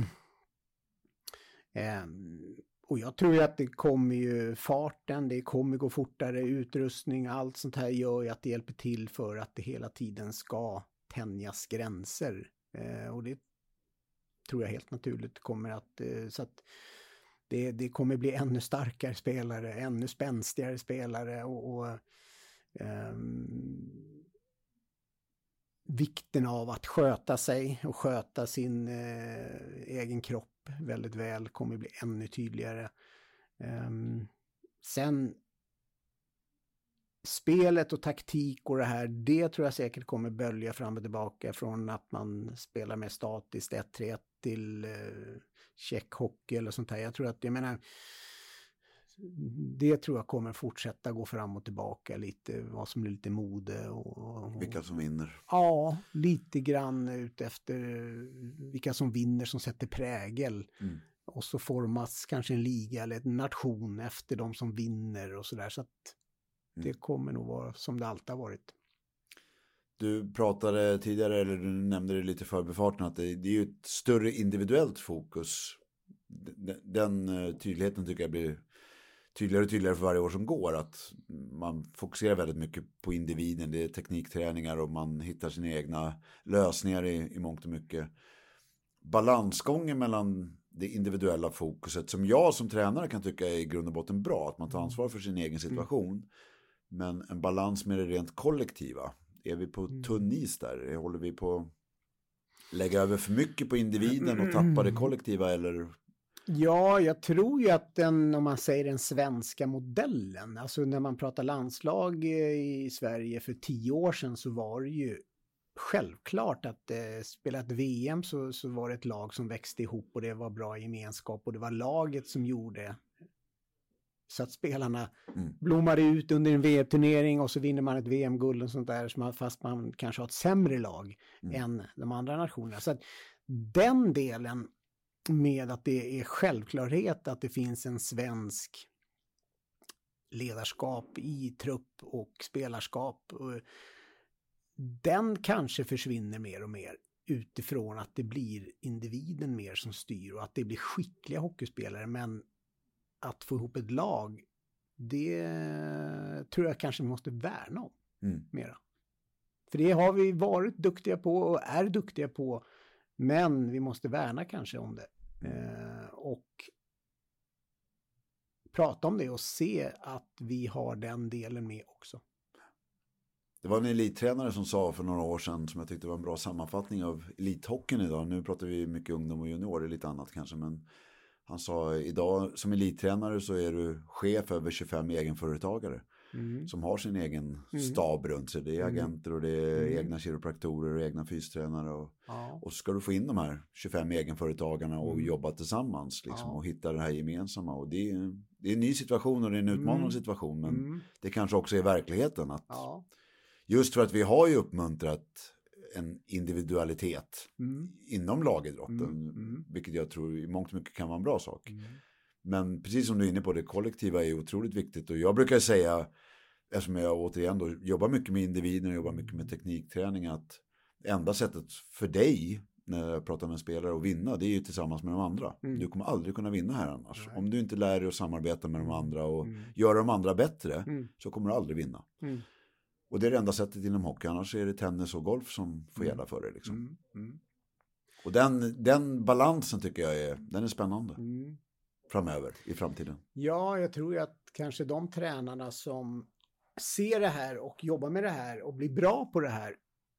um, och jag tror ju att det kommer ju farten, det kommer gå fortare, utrustning, allt sånt här gör ju att det hjälper till för att det hela tiden ska tänjas gränser. Uh, och det tror jag helt naturligt kommer att, uh, så att Det, det kommer bli ännu starkare spelare, ännu spänstigare spelare och, och um, vikten av att sköta sig och sköta sin uh, egen kropp väldigt väl kommer bli ännu tydligare. Um, sen spelet och taktik och det här, det tror jag säkert kommer bölja fram och tillbaka från att man spelar med statiskt ett tre ett till uh, checkhockey eller sånt här. Jag tror att, jag menar, det tror jag kommer fortsätta gå fram och tillbaka lite, vad som blir lite mode och, och vilka som vinner. Ja, lite grann ut efter vilka som vinner som sätter prägel. Mm. Och så formas kanske en liga eller en nation efter de som vinner och sådär, så att mm. det kommer nog vara som det alltid har varit. Du pratade tidigare, eller du nämnde det lite förbifarten, att det, det är ju ett större individuellt fokus. Den, den tydligheten tycker jag blir tydligare och tydligare för varje år som går. Att man fokuserar väldigt mycket på individen. Det är teknikträningar och man hittar sina egna lösningar i, i mångt och mycket. Balansgången mellan det individuella fokuset, som jag som tränare kan tycka är i grund och botten bra. Att man tar ansvar för sin egen situation. Mm. Men en balans med det rent kollektiva. Är vi på tunn is där? Håller vi på att lägga över för mycket på individen och tappa det kollektiva? Eller? Ja, jag tror ju att den, om man säger den svenska modellen, alltså när man pratar landslag i Sverige för tio år sedan, så var det ju självklart att eh, spela ett V M så, så var det ett lag som växte ihop och det var bra gemenskap och det var laget som gjorde så att spelarna mm. blommade ut under en V M-turnering och så vinner man ett V M-guld och sånt där, fast man kanske har ett sämre lag mm. än de andra nationerna. Så att den delen med att det är självklarhet att det finns en svensk ledarskap i trupp och spelarskap, den kanske försvinner mer och mer. utifrån att det blir individen mer som styr och att det blir skickliga hockeyspelare, men att få ihop ett lag, det tror jag kanske vi måste värna om mm. mera. För det har vi varit duktiga på och är duktiga på, men vi måste värna kanske om det. Eh, och prata om det och se att vi har den delen med också. Det var en elittränare som sa för några år sedan, som jag tyckte var en bra sammanfattning av elithockeyn idag. Nu pratar vi mycket ungdom och junior, lite annat kanske, men han sa idag som elittränare så är du chef över tjugofem egenföretagare mm. som har sin egen mm. stab runt sig. Det är agenter och det är mm. egna kiropraktorer och egna fystränare. Och, ja. och så ska du få in de här tjugofem egenföretagarna och mm. jobba tillsammans liksom, ja. och hitta det här gemensamma. Och det är, det är en ny situation och det är en utmanande mm. situation, men mm. det kanske också är verkligheten. Att ja. Just för att vi har ju uppmuntrat en individualitet mm. inom lagidrotten, mm. Mm. vilket jag tror i mångt och mycket kan vara en bra sak. Mm. Men precis som du är inne på, det kollektiva är otroligt viktigt. Och jag brukar säga, eftersom jag återigen då jobbar mycket med individen och jobbar mycket med teknikträning, att enda sättet för dig när jag pratar med en spelare att vinna, det är ju tillsammans med de andra. Mm. Du kommer aldrig kunna vinna här annars. Nej. Om du inte lär dig att samarbeta med de andra och mm. göra de andra bättre mm. så kommer du aldrig vinna. Mm. Och det är det enda sättet inom hockey. Annars är det tennis och golf som får gälla för det. Liksom. Mm. Mm. Och den, den balansen tycker jag är, den är spännande. Mm. Framöver, i framtiden. Ja, jag tror ju att kanske de tränarna som ser det här och jobbar med det här och blir bra på det här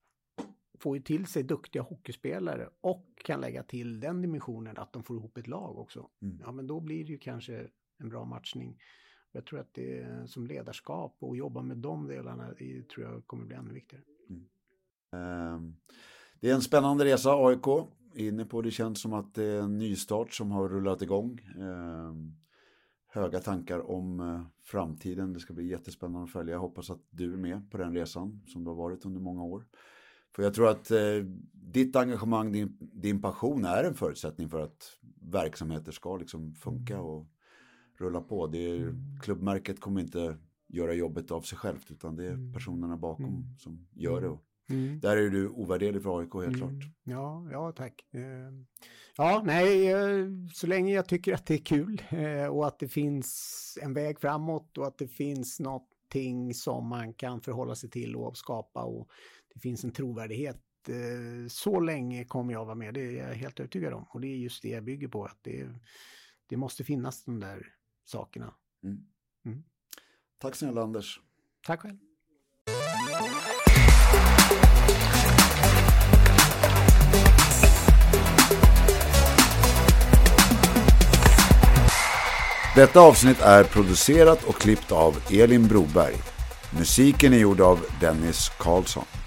får ju till sig duktiga hockeyspelare och kan lägga till den dimensionen att de får ihop ett lag också. Mm. Ja, men då blir det ju kanske en bra matchning. Jag tror att det är som ledarskap och jobba med de delarna, det tror jag kommer bli ännu viktigare. Mm. Um, det är en spännande resa A I K inne på. Det känns som att det är en nystart som har rullat igång. Um, höga tankar om uh, framtiden. Det ska bli jättespännande att följa. Jag hoppas att du är med på den resan som du har varit under många år. För jag tror att uh, ditt engagemang, din, din passion är en förutsättning för att verksamheter ska liksom funka och rulla på. Det är, klubbmärket kommer inte göra jobbet av sig självt, utan det är personerna bakom mm. som gör det. Mm. Där är du ovärderlig för A I K, helt mm. klart. Ja, ja, tack. Ja, nej, så länge jag tycker att det är kul och att det finns en väg framåt och att det finns någonting som man kan förhålla sig till och skapa och det finns en trovärdighet, så länge kommer jag vara med. Det är jag helt övertygad om. Och det är just det jag bygger på, att det, det måste finnas de där sakerna. Mm. Mm. Tack snälla Anders. Tack själv. Detta avsnitt är producerat och klippt av Elin Broberg. Musiken är gjord av Dennis Karlsson.